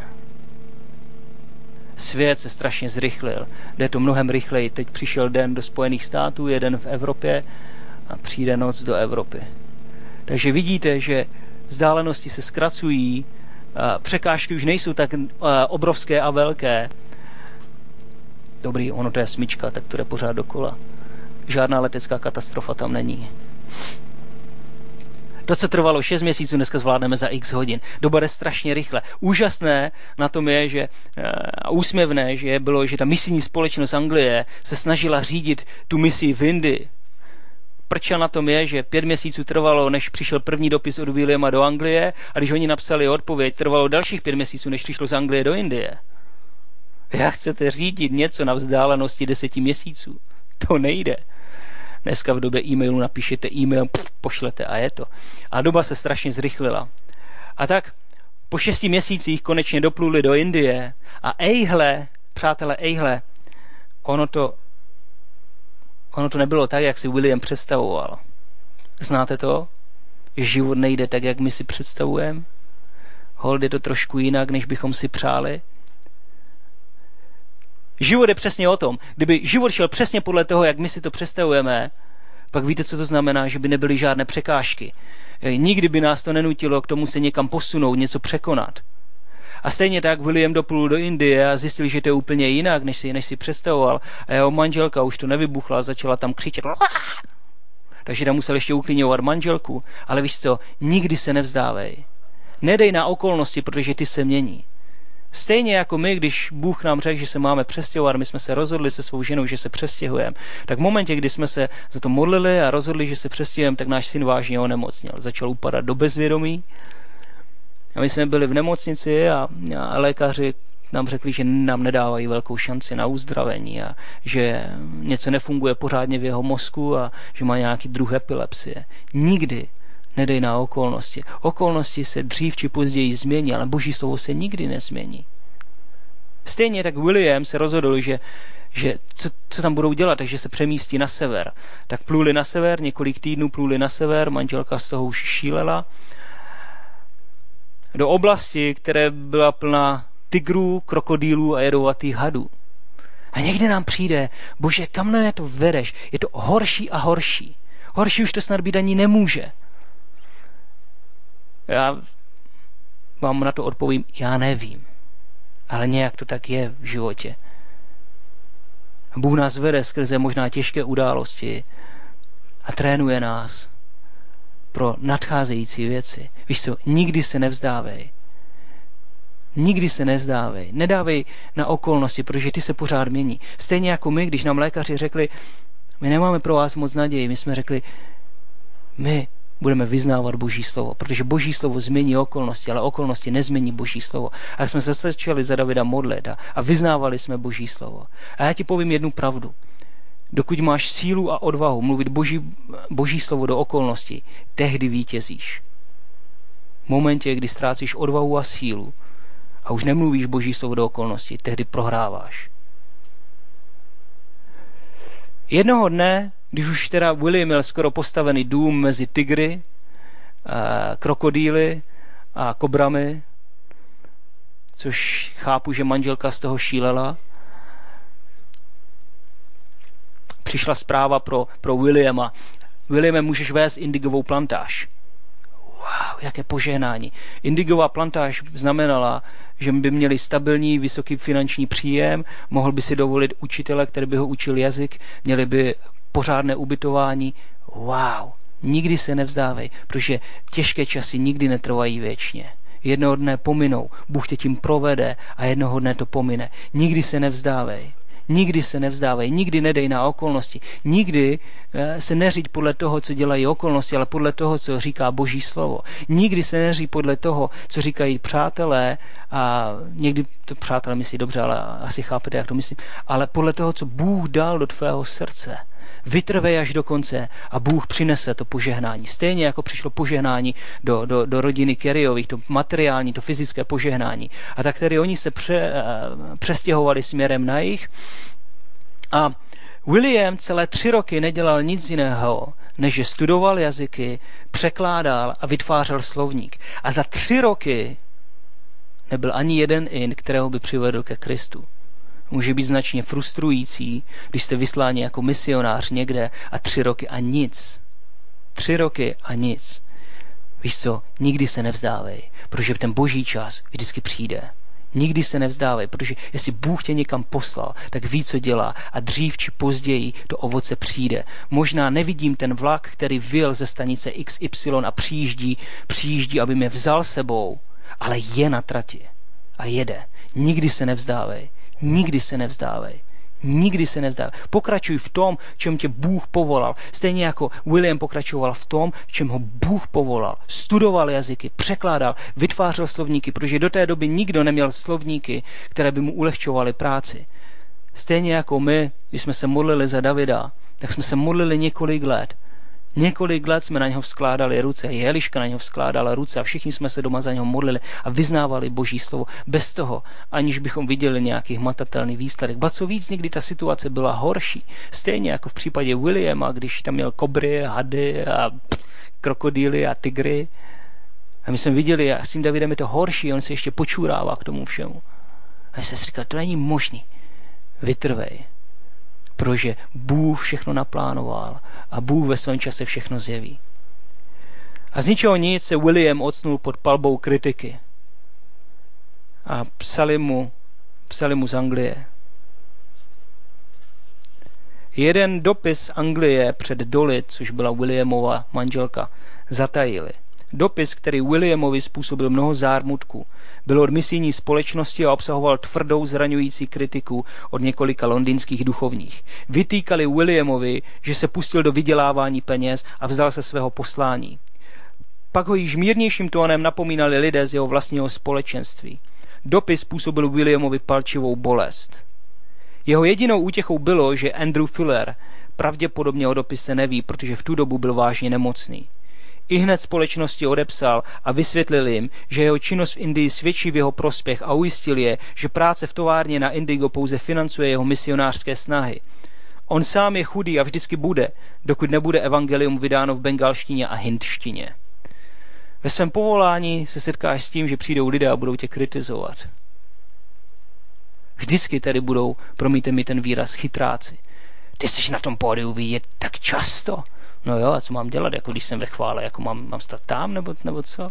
Svět se strašně zrychlil. Jde to mnohem rychleji. Teď přišel den do Spojených států, jeden v Evropě a přijde noc do Evropy. Takže vidíte, že vzdálenosti se zkracují, překážky už nejsou tak obrovské a velké. Dobrý, ono to je smyčka, tak to jde pořád dokola. Žádná letecká katastrofa tam není. To, co trvalo 6 měsíců, dneska zvládneme za x hodin. Doba jde strašně rychle. Úžasné na tom je, že úsměvné, že bylo, že ta misijní společnost Anglie se snažila řídit tu misi v Indii. Prča na tom je, že 5 měsíců trvalo, než přišel první dopis od Williama do Anglie a když oni napsali odpověď, trvalo dalších 5 měsíců, než přišlo z Anglie do Indie. Jak chcete řídit něco na vzdálenosti 10 měsíců? To nejde. Dneska v době e-mailu napíšete e-mail, pošlete a je to. A doba se strašně zrychlila. A tak po 6 měsících konečně dopluli do Indie a přátelé, ono to nebylo tak, jak si William představoval. Znáte to? Že život nejde tak, jak my si představujeme? Hold, je to trošku jinak, než bychom si přáli. Život je přesně o tom. Kdyby život šel přesně podle toho, jak my si to představujeme, pak víte, co to znamená, že by nebyly žádné překážky. Nikdy by nás to nenutilo k tomu se někam posunout, něco překonat. A stejně tak William doplul do Indie a zjistil, že to je úplně jinak, než si představoval. A jeho manželka už to nevybuchla a začala tam křičet. Takže tam musel ještě uklidňovat manželku. Ale víš co, nikdy se nevzdávej. Nedej na okolnosti, protože ty se mění. Stejně jako my, když Bůh nám řekl, že se máme přestěhovat, my jsme se rozhodli se svou ženou, že se přestěhujeme, tak v momentě, kdy jsme se za to modlili a rozhodli, že se přestěhujeme, tak náš syn vážně onemocněl. Začal upadat do bezvědomí. A my jsme byli v nemocnici a lékaři nám řekli, že nám nedávají velkou šanci na uzdravení a že něco nefunguje pořádně v jeho mozku a že má nějaký druh epilepsie. Nikdy nedej na okolnosti. Okolnosti se dřív či později změní, ale Boží slovo se nikdy nezmění. Stejně tak William se rozhodl, že co tam budou dělat, takže se přemístí na sever. Tak pluli na sever, několik týdnů pluli na sever, manželka z toho už šílela, do oblasti, které byla plná tigrů, krokodýlů a jedovatých hadů. A někdy nám přijde, Bože, kam mě to vedeš? Je to horší a horší. Horší už to snad být ani nemůže. Já vám na to odpovím, já nevím. Ale nějak to tak je v životě. Bůh nás vede skrze možná těžké události a trénuje nás pro nadcházející věci. Víš co, nikdy se nevzdávej. Nikdy se nevzdávej. Nedávej na okolnosti, protože ty se pořád mění. Stejně jako my, když nám lékaři řekli, my nemáme pro vás moc naději, my jsme řekli, my budeme vyznávat Boží slovo, protože Boží slovo změní okolnosti, ale okolnosti nezmění Boží slovo. A tak jsme se začali za Davida modlit a vyznávali jsme Boží slovo. A já ti povím jednu pravdu. Dokud máš sílu a odvahu mluvit Boží slovo do okolností, tehdy vítězíš. V momentě, kdy ztrácíš odvahu a sílu a už nemluvíš Boží slovo do okolností, tehdy prohráváš. Jednoho dne, když už teda William měl skoro postavený dům mezi tygry, krokodýly a kobrami, což chápu, že manželka z toho šílela, přišla zpráva pro Williama. Williame, můžeš vést indigovou plantáž. Wow, jaké požehnání. Indigová plantáž znamenala, že by měli stabilní, vysoký finanční příjem, mohl by si dovolit učitele, který by ho učil jazyk, měli by pořádné ubytování. Wow, nikdy se nevzdávej, protože těžké časy nikdy netrvají věčně. Jednoho dne pominou, Bůh tě tím provede a jednoho dne to pomine. Nikdy se nevzdávej. Nikdy se nevzdávej, nikdy nedej na okolnosti, nikdy se neříď podle toho, co dělají okolnosti, ale podle toho, co říká Boží slovo. Nikdy se neříď podle toho, co říkají přátelé, a někdy to přátelé myslí dobře, ale asi chápete, jak to myslím, ale podle toho, co Bůh dal do tvého srdce. Vytrvej až do konce a Bůh přinese to požehnání. Stejně jako přišlo požehnání do rodiny Kerryových, to materiální, to fyzické požehnání. A tak tedy oni se přestěhovali směrem na jih. A William celé 3 roky nedělal nic jiného, než že studoval jazyky, překládal a vytvářel slovník. A za 3 roky nebyl ani jeden kterého by přivedl ke Kristu. Může být značně frustrující, když jste vysláni jako misionář někde a 3 roky a nic. 3 roky a nic. Víš co, nikdy se nevzdávej, protože ten Boží čas vždycky přijde. Nikdy se nevzdávej, protože jestli Bůh tě někam poslal, tak ví, co dělá a dřív či později to ovoce přijde. Možná nevidím ten vlak, který vyjel ze stanice XY a přijíždí, aby mě vzal sebou, ale je na trati a jede. Nikdy se nevzdávej. Nikdy se nevzdávej. Nikdy se nevzdávej. Pokračuj v tom, čem tě Bůh povolal. Stejně jako William pokračoval v tom, čem ho Bůh povolal. Studoval jazyky, překládal, vytvářel slovníky, protože do té doby nikdo neměl slovníky, které by mu ulehčovaly práci. Stejně jako my, když jsme se modlili za Davida, tak jsme se modlili několik let. Několik let jsme na něho vzkládali ruce, Eliška na něho vzkládala ruce a všichni jsme se doma za něho modlili a vyznávali Boží slovo. Bez toho, aniž bychom viděli nějaký hmatatelný výsledek. Ba co víc, někdy ta situace byla horší. Stejně jako v případě Williama, když tam měl kobry, hady a krokodýly a tygry. A my jsme viděli, a s tím Davidem je to horší, on se ještě počurává k tomu všemu. A my jsme si říkali, to není možný. Vytrvej. Protože Bůh všechno naplánoval a Bůh ve svém čase všechno zjeví. A z ničeho nic se William octnul pod palbou kritiky. A psali mu z Anglie. Jeden dopis z Anglie před Dolly, což byla Williamova manželka, zatajili. Dopis, který Williamovi způsobil mnoho zármutků, byl od misijní společnosti a obsahoval tvrdou zraňující kritiku od několika londýnských duchovních. Vytýkali Williamovi, že se pustil do vydělávání peněz a vzdal se svého poslání. Pak ho již mírnějším tónem napomínali lidé z jeho vlastního společenství. Dopis působil Williamovi palčivou bolest. Jeho jedinou útěchou bylo, že Andrew Fuller pravděpodobně o dopise neví, protože v tu dobu byl vážně nemocný. Ihned společnosti odepsal a vysvětlil jim, že jeho činnost v Indii svědčí v jeho prospěch a ujistil je, že práce v továrně na Indigo pouze financuje jeho misionářské snahy. On sám je chudý a vždycky bude, dokud nebude evangelium vydáno v bengalštině a hindštině. Ve svém povolání se setkáš s tím, že přijdou lidé a budou tě kritizovat. Vždycky tedy budou, promiňte mi ten výraz, chytráci. Ty jsi na tom pódiu vidět tak často. No jo, a co mám dělat, jako když jsem ve chvále, jako mám stát tam, nebo co?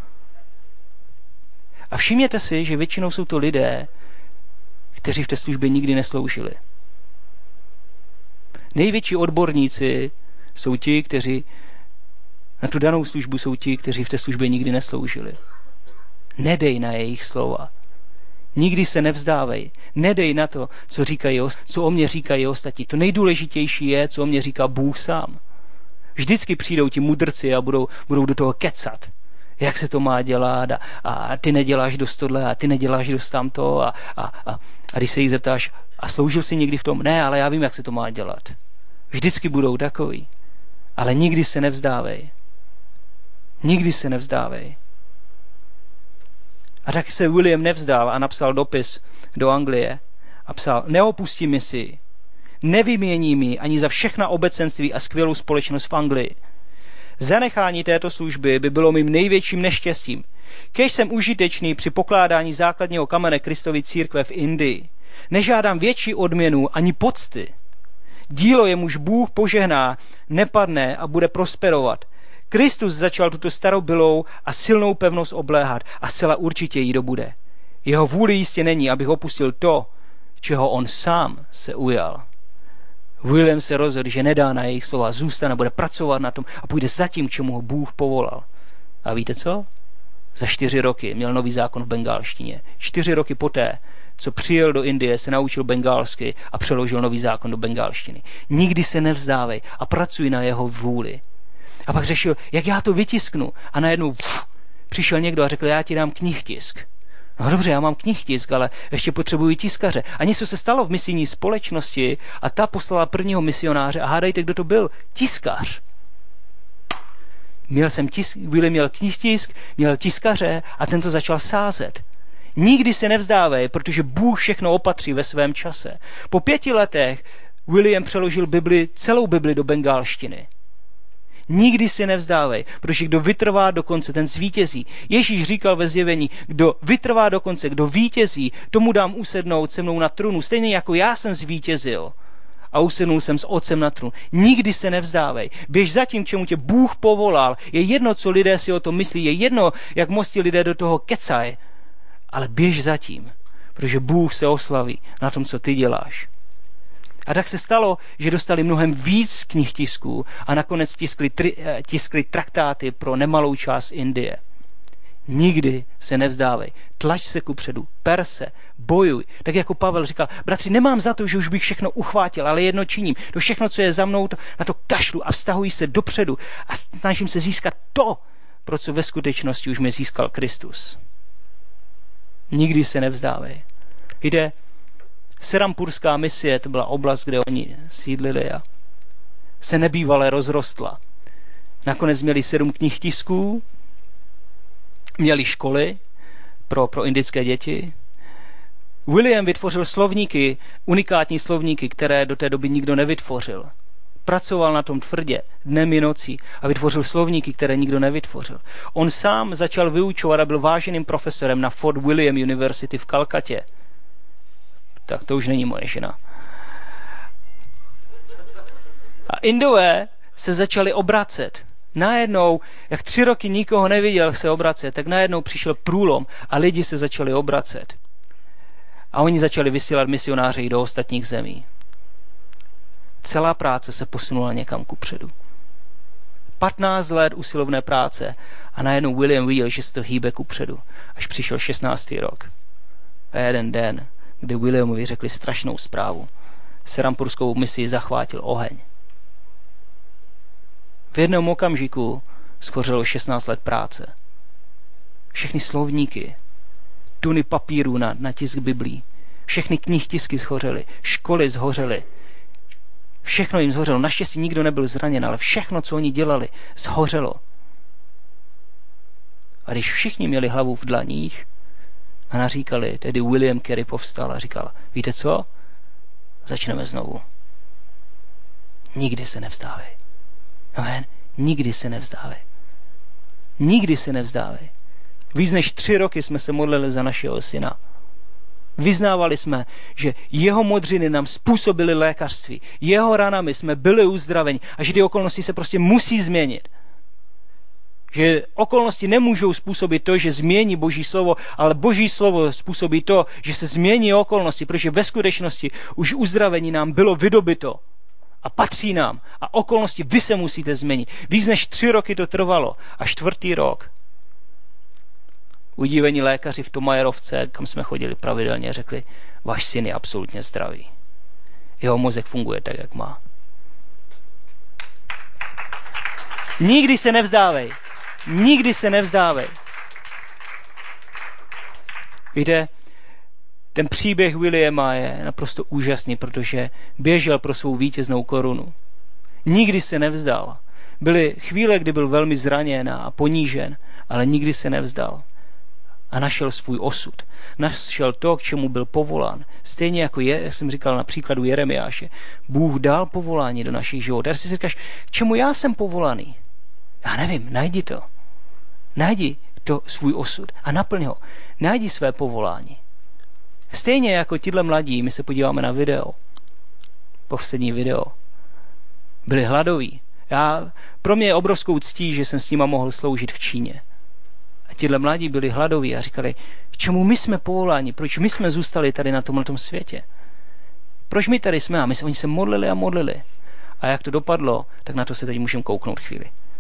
A všimněte si, že většinou jsou to lidé, kteří v té službě nikdy nesloužili. Největší odborníci jsou ti, kteří na tu danou službu jsou ti, kteří v té službě nikdy nesloužili. Nedej na jejich slova. Nikdy se nevzdávej. Nedej na to, co o mě říkají ostatní. To nejdůležitější je, co o mě říká Bůh sám. Vždycky přijdou ti mudrci a budou do toho kecat. Jak se to má dělat a ty neděláš dost tohle a ty neděláš dost tamto a když se jich zeptáš, a sloužil jsi někdy v tom? Ne, ale já vím, jak se to má dělat. Vždycky budou takový. Ale nikdy se nevzdávej. Nikdy se nevzdávej. A tak se William nevzdal a napsal dopis do Anglie a psal: neopustí misi, nevymění mi ani za všechna obecenství a skvělou společnost v Anglii. Zanechání této služby by bylo mým největším neštěstím. Kéž jsem užitečný při pokládání základního kamene Kristovy církve v Indii. Nežádám větší odměnu ani pocty. Dílo, jemuž Bůh požehná, nepadne a bude prosperovat. Kristus začal tuto starobylou a silnou pevnost obléhat a zcela určitě jí dobude. Jeho vůli jistě není, abych opustil to, čeho on sám se ujal. William se rozhodl, že nedá na jejich slova, zůstane, bude pracovat na tom a půjde za tím, k čemu ho Bůh povolal. A víte co? Za 4 roky měl nový zákon v bengalštině. 4 roky poté, co přijel do Indie, se naučil bengalsky a přeložil nový zákon do bengalštiny. Nikdy se nevzdávej a pracuj na jeho vůli. A pak řešil, jak já to vytisknu. A najednou přišel někdo a řekl, já ti dám knihtisk. No dobře, já mám knihtisk, ale ještě potřebuji tiskaře. A něco se stalo v misijní společnosti a ta poslala prvního misionáře a hádejte, kdo to byl? Tiskař. William měl knihtisk, měl tiskaře a ten to začal sázet. Nikdy se nevzdávej, protože Bůh všechno opatří ve svém čase. Po 5 letech William přeložil celou Bibli do bengalštiny. Nikdy se nevzdávej, protože kdo vytrvá do konce, ten zvítězí. Ježíš říkal ve Zjevení, kdo vytrvá do konce, kdo vítězí, tomu dám usednout se mnou na trůnu, stejně jako já jsem zvítězil a usednul jsem s Otcem na trůn. Nikdy se nevzdávej. Běž za tím, čemu tě Bůh povolal. Je jedno, co lidé si o tom myslí, je jedno, jak moc ti lidé do toho kecají, ale běž za tím, protože Bůh se oslaví na tom, co ty děláš. A tak se stalo, že dostali mnohem víc knihtisků a nakonec tiskli traktáty pro nemalou část Indie. Nikdy se nevzdávej, tlač se kupředu, per se, bojuj. Tak jako Pavel říkal, bratři, nemám za to, že už bych všechno uchvátil, ale jedno činím. To všechno, co je za mnou, na to kašlu a vztahuji se dopředu a snažím se získat to, pro co ve skutečnosti už mě získal Kristus. Nikdy se nevzdávej. Jde Serampurská misie, to byla oblast, kde oni sídlili a se nebývale rozrostla. Nakonec měli 7 knihtisků, měli školy pro indické děti. William vytvořil slovníky, unikátní slovníky, které do té doby nikdo nevytvořil. Pracoval na tom tvrdě, dnem i nocí a vytvořil slovníky, které nikdo nevytvořil. On sám začal vyučovat a byl váženým profesorem na Fort William University v Kalkatě. Tak to už není moje žena. A Indové se začali obracet. Najednou, jak 3 roky nikoho neviděl se obracet, tak najednou přišel průlom a lidi se začali obracet. A oni začali vysílat misionáře i do ostatních zemí. Celá práce se posunula někam kupředu. 15 let usilovné práce a najednou William viděl, že se to hýbe kupředu. Až přišel 16. rok. A jeden den, kdy Williamovi řekli strašnou zprávu. Serampurskou misii zachvátil oheň. V jednom okamžiku schořelo 16 let práce. Všechny slovníky, tuny papíru na tisk Biblí. Všechny knihtisky zhořely, školy zhořely. Všechno jim zhořelo. Naštěstí nikdo nebyl zraněn, ale všechno, co oni dělali, zhořelo. A když všichni měli hlavu v dlaních a naříkali, tedy William Carey povstal a říkal, víte co? Začneme znovu. Nikdy se nevzdávej. Amen. Nikdy se nevzdávej. Nikdy se nevzdávej. Víc než 3 roky jsme se modlili za našeho syna. Vyznávali jsme, že jeho modřiny nám způsobily lékařství. Jeho ranami jsme byli uzdraveni a že ty okolnosti se prostě musí změnit. Že okolnosti nemůžou způsobit to, že změní Boží slovo, ale Boží slovo způsobí to, že se změní okolnosti, protože ve skutečnosti už uzdravení nám bylo vydobyto a patří nám a okolnosti vy se musíte změnit. Víc než 3 roky to trvalo a 4. rok udívení lékaři v Tomajerovce, kam jsme chodili pravidelně, řekli, váš syn je absolutně zdravý. Jeho mozek funguje tak, jak má. Nikdy se nevzdávej. Nikdy se nevzdávej. Víte, ten příběh Williama je naprosto úžasný, protože běžel pro svou vítěznou korunu. Nikdy se nevzdal. Byly chvíle, kdy byl velmi zraněn a ponížen, ale nikdy se nevzdal. A našel svůj osud. Našel to, k čemu byl povolán. Stejně jako jak jsem říkal na příkladu Jeremiáše. Bůh dal povolání do našich životů. A si říkáš, k čemu já jsem povolaný? Já nevím, najdi to. Najdi to svůj osud a naplň ho. Najdi své povolání. Stejně jako tihle mladí, my se podíváme na video. Poslední video. Byli hladoví. Pro mě je obrovskou ctí, že jsem s nima mohl sloužit v Číně. A tihle mladí byli hladoví a říkali, k čemu my jsme povoláni, proč my jsme zůstali tady na tomhletom světě. Proč my tady jsme? A oni se modlili a modlili. A jak to dopadlo, tak na to se teď můžeme kouknout chvíli.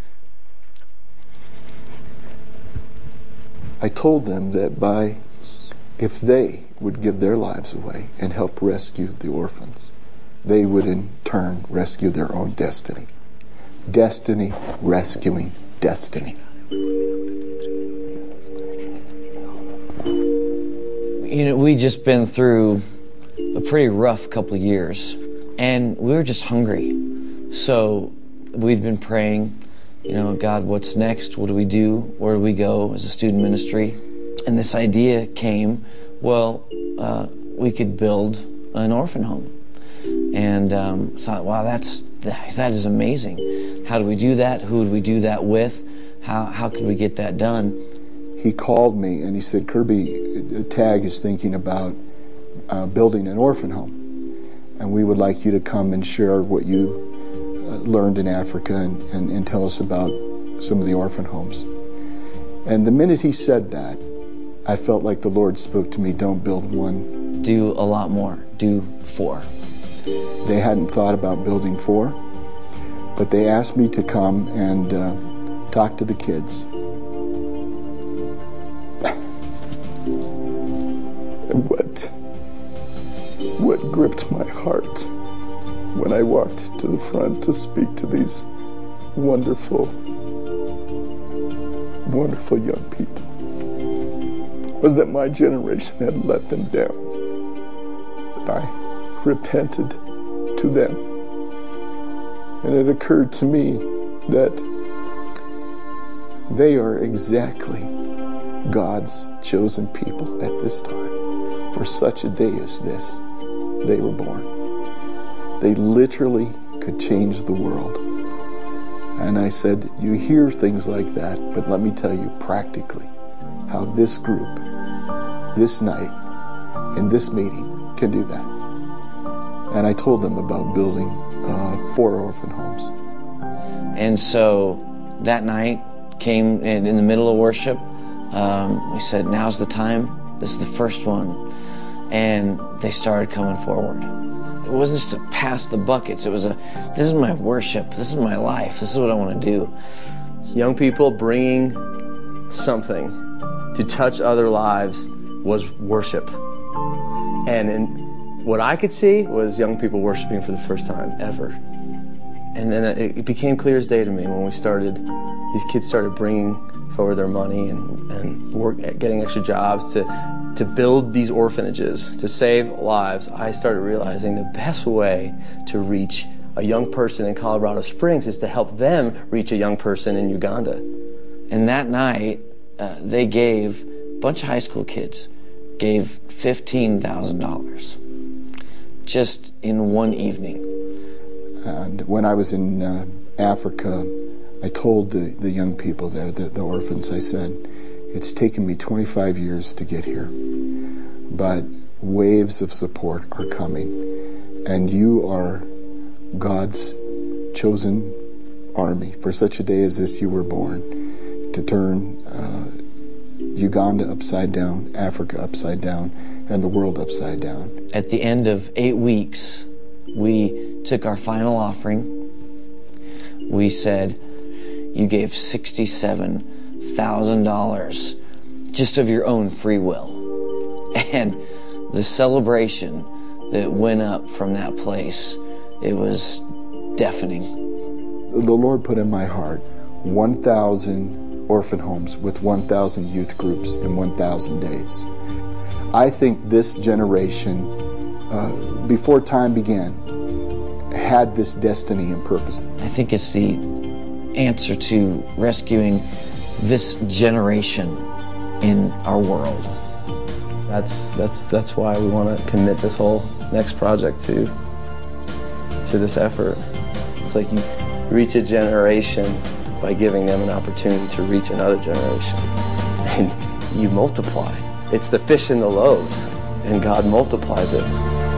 I told them that if they would give their lives away and help rescue the orphans, they would in turn rescue their own destiny. Destiny rescuing destiny. You know, we just been through a pretty rough couple of years, and we were just hungry. So we'd been praying, you know, God, what's next? What do we do? Where do we go as a student ministry? And this idea came, we could build an orphan home. And thought, wow, that is amazing. How do we do that? Who would we do that with? How could we get that done? He called me and he said, Kirby, TAG is thinking about building an orphan home. And we would like you to come and share what you learned in Africa and tell us about some of the orphan homes. And the minute he said that, I felt like the Lord spoke to me, don't build one. Do a lot more. Do 4. They hadn't thought about building 4, but they asked me to come and talk to the kids. And what gripped my heart when I walked to the front to speak to these wonderful, wonderful young people was that my generation had let them down. That I repented to them. And it occurred to me that they are exactly God's chosen people at this time. For such a day as this, they were born. They literally could change the world. And I said, you hear things like that, but let me tell you practically how this group, this night, in this meeting, can do that. And I told them about building 4 orphan homes. And so that night came in the middle of worship. We said, now's the time. This is the first one. And they started coming forward. It wasn't just to pass the buckets. It was this is my worship. This is my life. This is what I want to do. Young people bringing something to touch other lives was worship. And what I could see was young people worshiping for the first time ever. And then it became clear as day to me when these kids started bringing forward their money and getting extra jobs to to build these orphanages, to save lives, I started realizing the best way to reach a young person in Colorado Springs is to help them reach a young person in Uganda. And that night, they gave, a bunch of high school kids, gave $15,000 just in one evening. And when I was in Africa, I told the young people there, the orphans, I said, it's taken me 25 years to get here, but waves of support are coming, and you are God's chosen army. For such a day as this you were born, to turn Uganda upside down, Africa upside down, and the world upside down. At the end of 8 weeks, we took our final offering. We said, you gave $67,000 just of your own free will. And the celebration that went up from that place, it was deafening. The Lord put in my heart 1,000 orphan homes with 1,000 youth groups in 1,000 days. I think this generation, before time began, had this destiny and purpose. I think it's the answer to rescuing this generation in our world. That's why we want to commit this whole next project to this effort. It's like you reach a generation by giving them an opportunity to reach another generation. And you multiply. It's the fish and the loaves, and God multiplies it.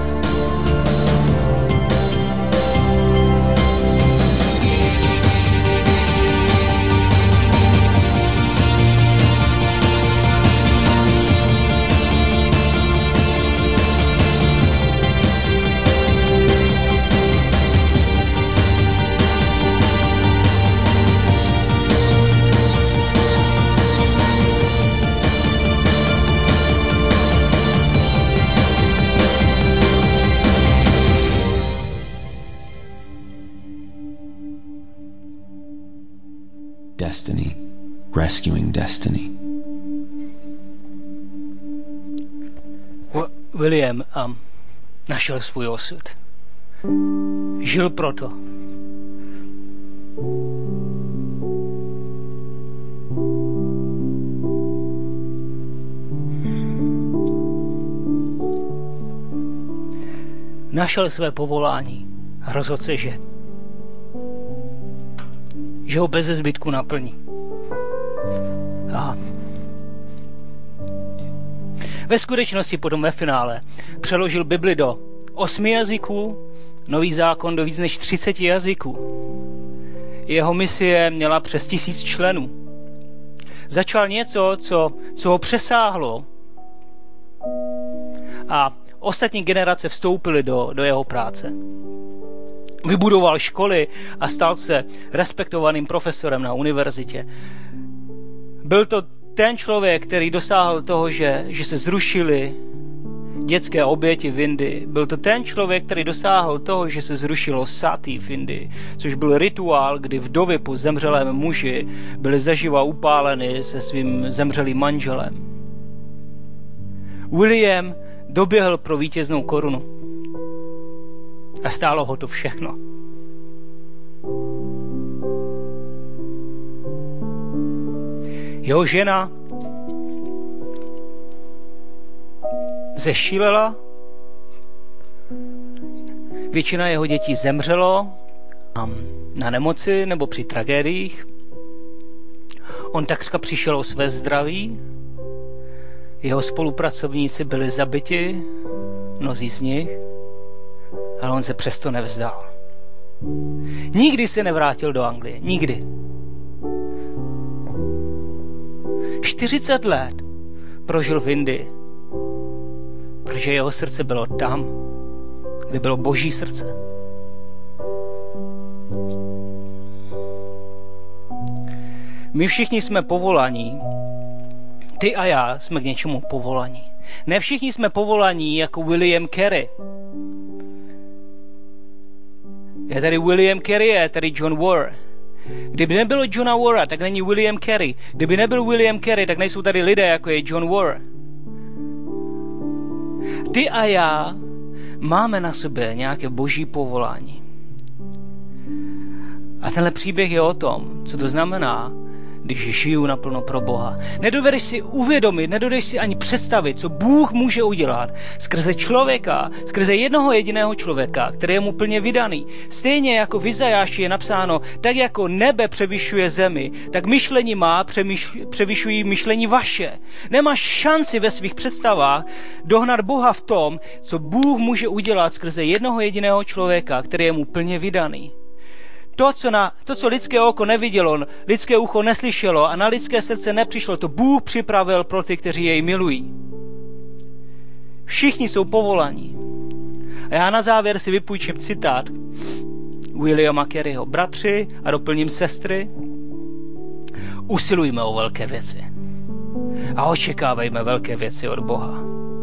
Destiny, rescuing destiny. William našel svůj osud. Žil proto. Našel své povolání a rozhodl se, že ho beze zbytku naplní. A ve skutečnosti potom ve finále přeložil Bibli do 8 jazyků, Nový zákon do víc než 30 jazyků. Jeho misie měla přes 1000 členů. Začal něco, co ho přesáhlo, a ostatní generace vstoupily do jeho práce. Vybudoval školy a stal se respektovaným profesorem na univerzitě. Byl to ten člověk, který dosáhl toho, že se zrušily dětské oběti v Indii. Byl to ten člověk, který dosáhl toho, že se zrušilo sati v Indii, což byl rituál, kdy vdovy po zemřelém muži byly zaživa upáleny se svým zemřelým manželem. William doběhl pro vítěznou korunu. A stálo ho to všechno. Jeho žena zešílela, většina jeho dětí zemřelo na nemoci nebo při tragédiích. On takřka přišel o své zdraví, jeho spolupracovníci byli zabiti, mnozí z nich, ale on se přesto nevzdal. Nikdy se nevrátil do Anglie. Nikdy. 40 let prožil v Indii, protože jeho srdce bylo tam, kde bylo Boží srdce. My všichni jsme povolaní, ty a já jsme k něčemu povolaní. Ne všichni jsme povolaní jako William Carey. Je tady William Carey, je tady John Warr. Kdyby nebylo Johna Warra, tak není William Carey. Kdyby nebyl William Carey, tak nejsou tady lidé, jako je John Warr. Ty a já máme na sobě nějaké boží povolání. A tenhle příběh je o tom, co to znamená, když žiju naplno pro Boha. Nedovedeš si uvědomit, nedovedeš si ani představit, co Bůh může udělat skrze člověka, skrze jednoho jediného člověka, který je mu plně vydaný. Stejně jako v Izajáši je napsáno, tak jako nebe převyšuje zemi, tak myšlení má převyšují myšlení vaše. Nemáš šanci ve svých představách dohnat Boha v tom, co Bůh může udělat skrze jednoho jediného člověka, který je mu plně vydaný. To, co lidské oko nevidělo, lidské ucho neslyšelo a na lidské srdce nepřišlo, to Bůh připravil pro ty, kteří jej milují. Všichni jsou povolaní. A já na závěr si vypůjčím citát Williama Careyho. Bratři, a doplním sestry, usilujme o velké věci a očekávejme velké věci od Boha.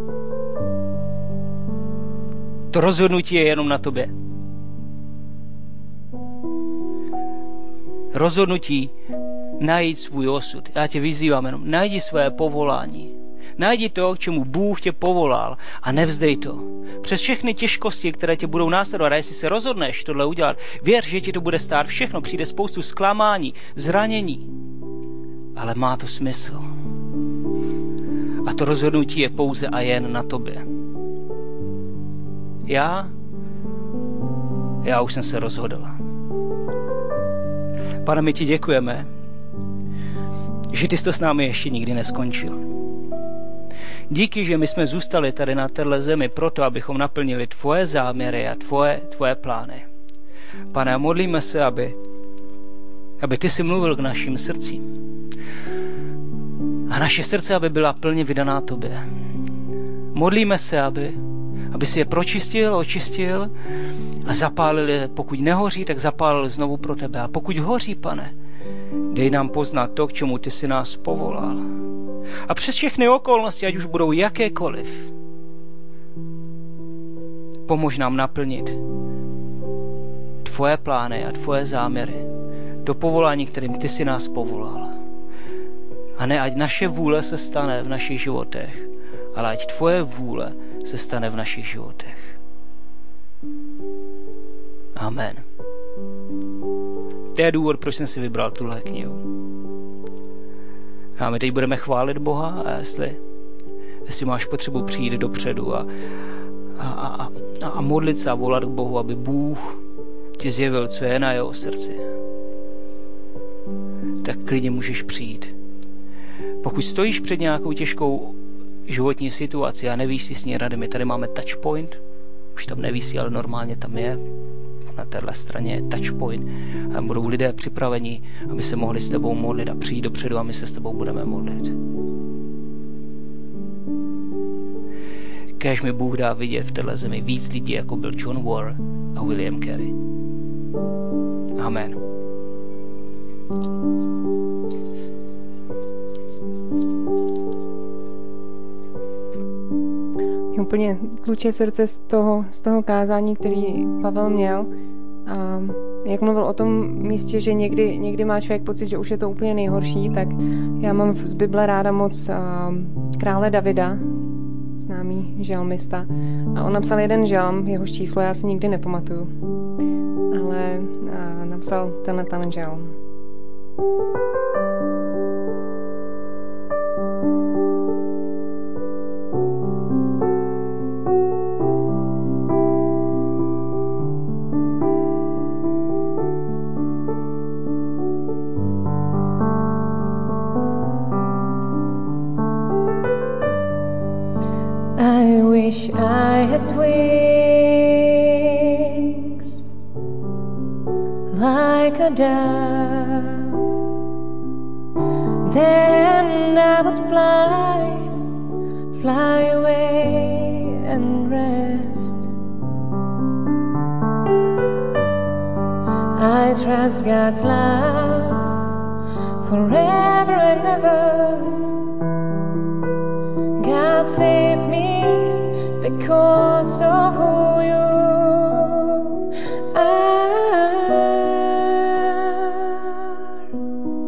To rozhodnutí je jenom na tobě. Rozhodnutí najít svůj osud. Já tě vyzývám jenom, najdi své povolání. Najdi to, k čemu Bůh tě povolal a nevzdej to. Přes všechny těžkosti, které tě budou následovat, a jestli se rozhodneš tohle udělat, věř, že ti to bude stát všechno, přijde spoustu zklamání, zranění, ale má to smysl. A to rozhodnutí je pouze a jen na tobě. Já už jsem se rozhodl. Pane, my ti děkujeme, že ty jsi to s námi ještě nikdy neskončil. Díky, že my jsme zůstali tady na téhle zemi proto, abychom naplnili tvoje záměry a tvoje plány. Pane, modlíme se, aby ty jsi mluvil k našim srdcím. A naše srdce, aby byla plně vydaná tobě. Modlíme se, aby si je pročistil, očistil a zapálil je. Pokud nehoří, tak zapálil znovu pro tebe. A pokud hoří, Pane, dej nám poznat to, k čemu ty jsi nás povolal. A přes všechny okolnosti, ať už budou jakékoliv, pomož nám naplnit tvoje plány a tvoje záměry do povolání, kterým ty jsi nás povolal. A ne, ať naše vůle se stane v našich životech, ale ať tvoje vůle se stane v našich životech. Amen. To je důvod, proč jsem si vybral tuhle knihu. A my teď budeme chválit Boha a jestli máš potřebu přijít dopředu a modlit se a volat k Bohu, aby Bůh ti zjevil, co je na jeho srdci, tak klidně můžeš přijít. Pokud stojíš před nějakou těžkou životní situaci a nevíš si s ní rady, my tady máme touchpoint, už tam nevísí, ale normálně tam je, na téhle straně je touchpoint a budou lidé připraveni, aby se mohli s tebou modlit a přijít dopředu a my se s tebou budeme modlit. Kéž mi Bůh dá vidět v téhle zemi víc lidí, jako byl John Warr a William Carey. Amen. Úplně tluče srdce z toho kázání, který Pavel měl. A jak mluvil o tom místě, že někdy má člověk pocit, že už je to úplně nejhorší, tak já mám z Bible ráda moc krále Davida, známý žalmista. A on napsal jeden žalm, jehož číslo já si nikdy nepamatuju, ale napsal ten žalm. I wish I had wings like a dove, then I would fly away and rest. I trust God's love forever and ever. God save me because of who you are.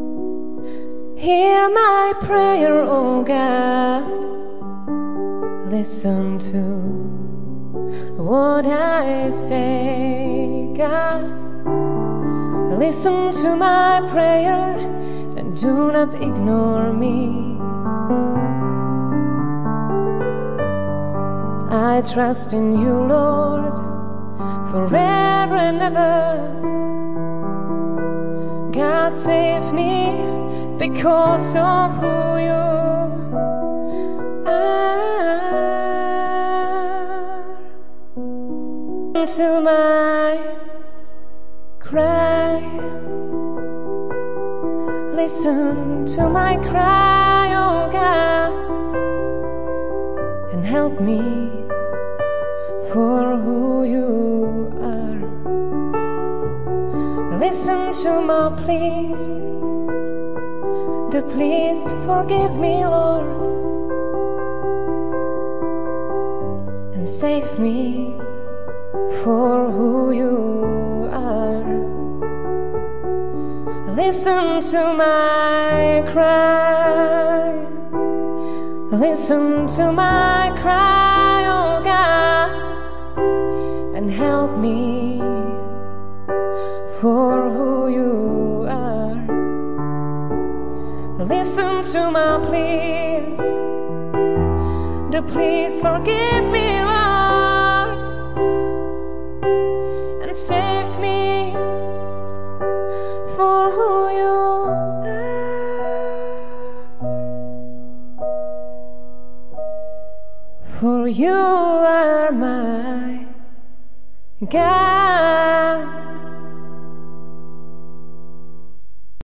Hear my prayer, oh God. Listen to what I say, God. Listen to my prayer and do not ignore me. I trust in you, Lord, forever and ever. God, save me because of who you are. Until my cry, listen to my cry, oh God, and help me for who you are. Listen to my pleas, do please forgive me, Lord, and save me for who you are. Listen to my cry, listen to my cry, oh God, and help me for who you are. Listen to my pleas, do please forgive me, Lord, and save me for who you are. For you are my God.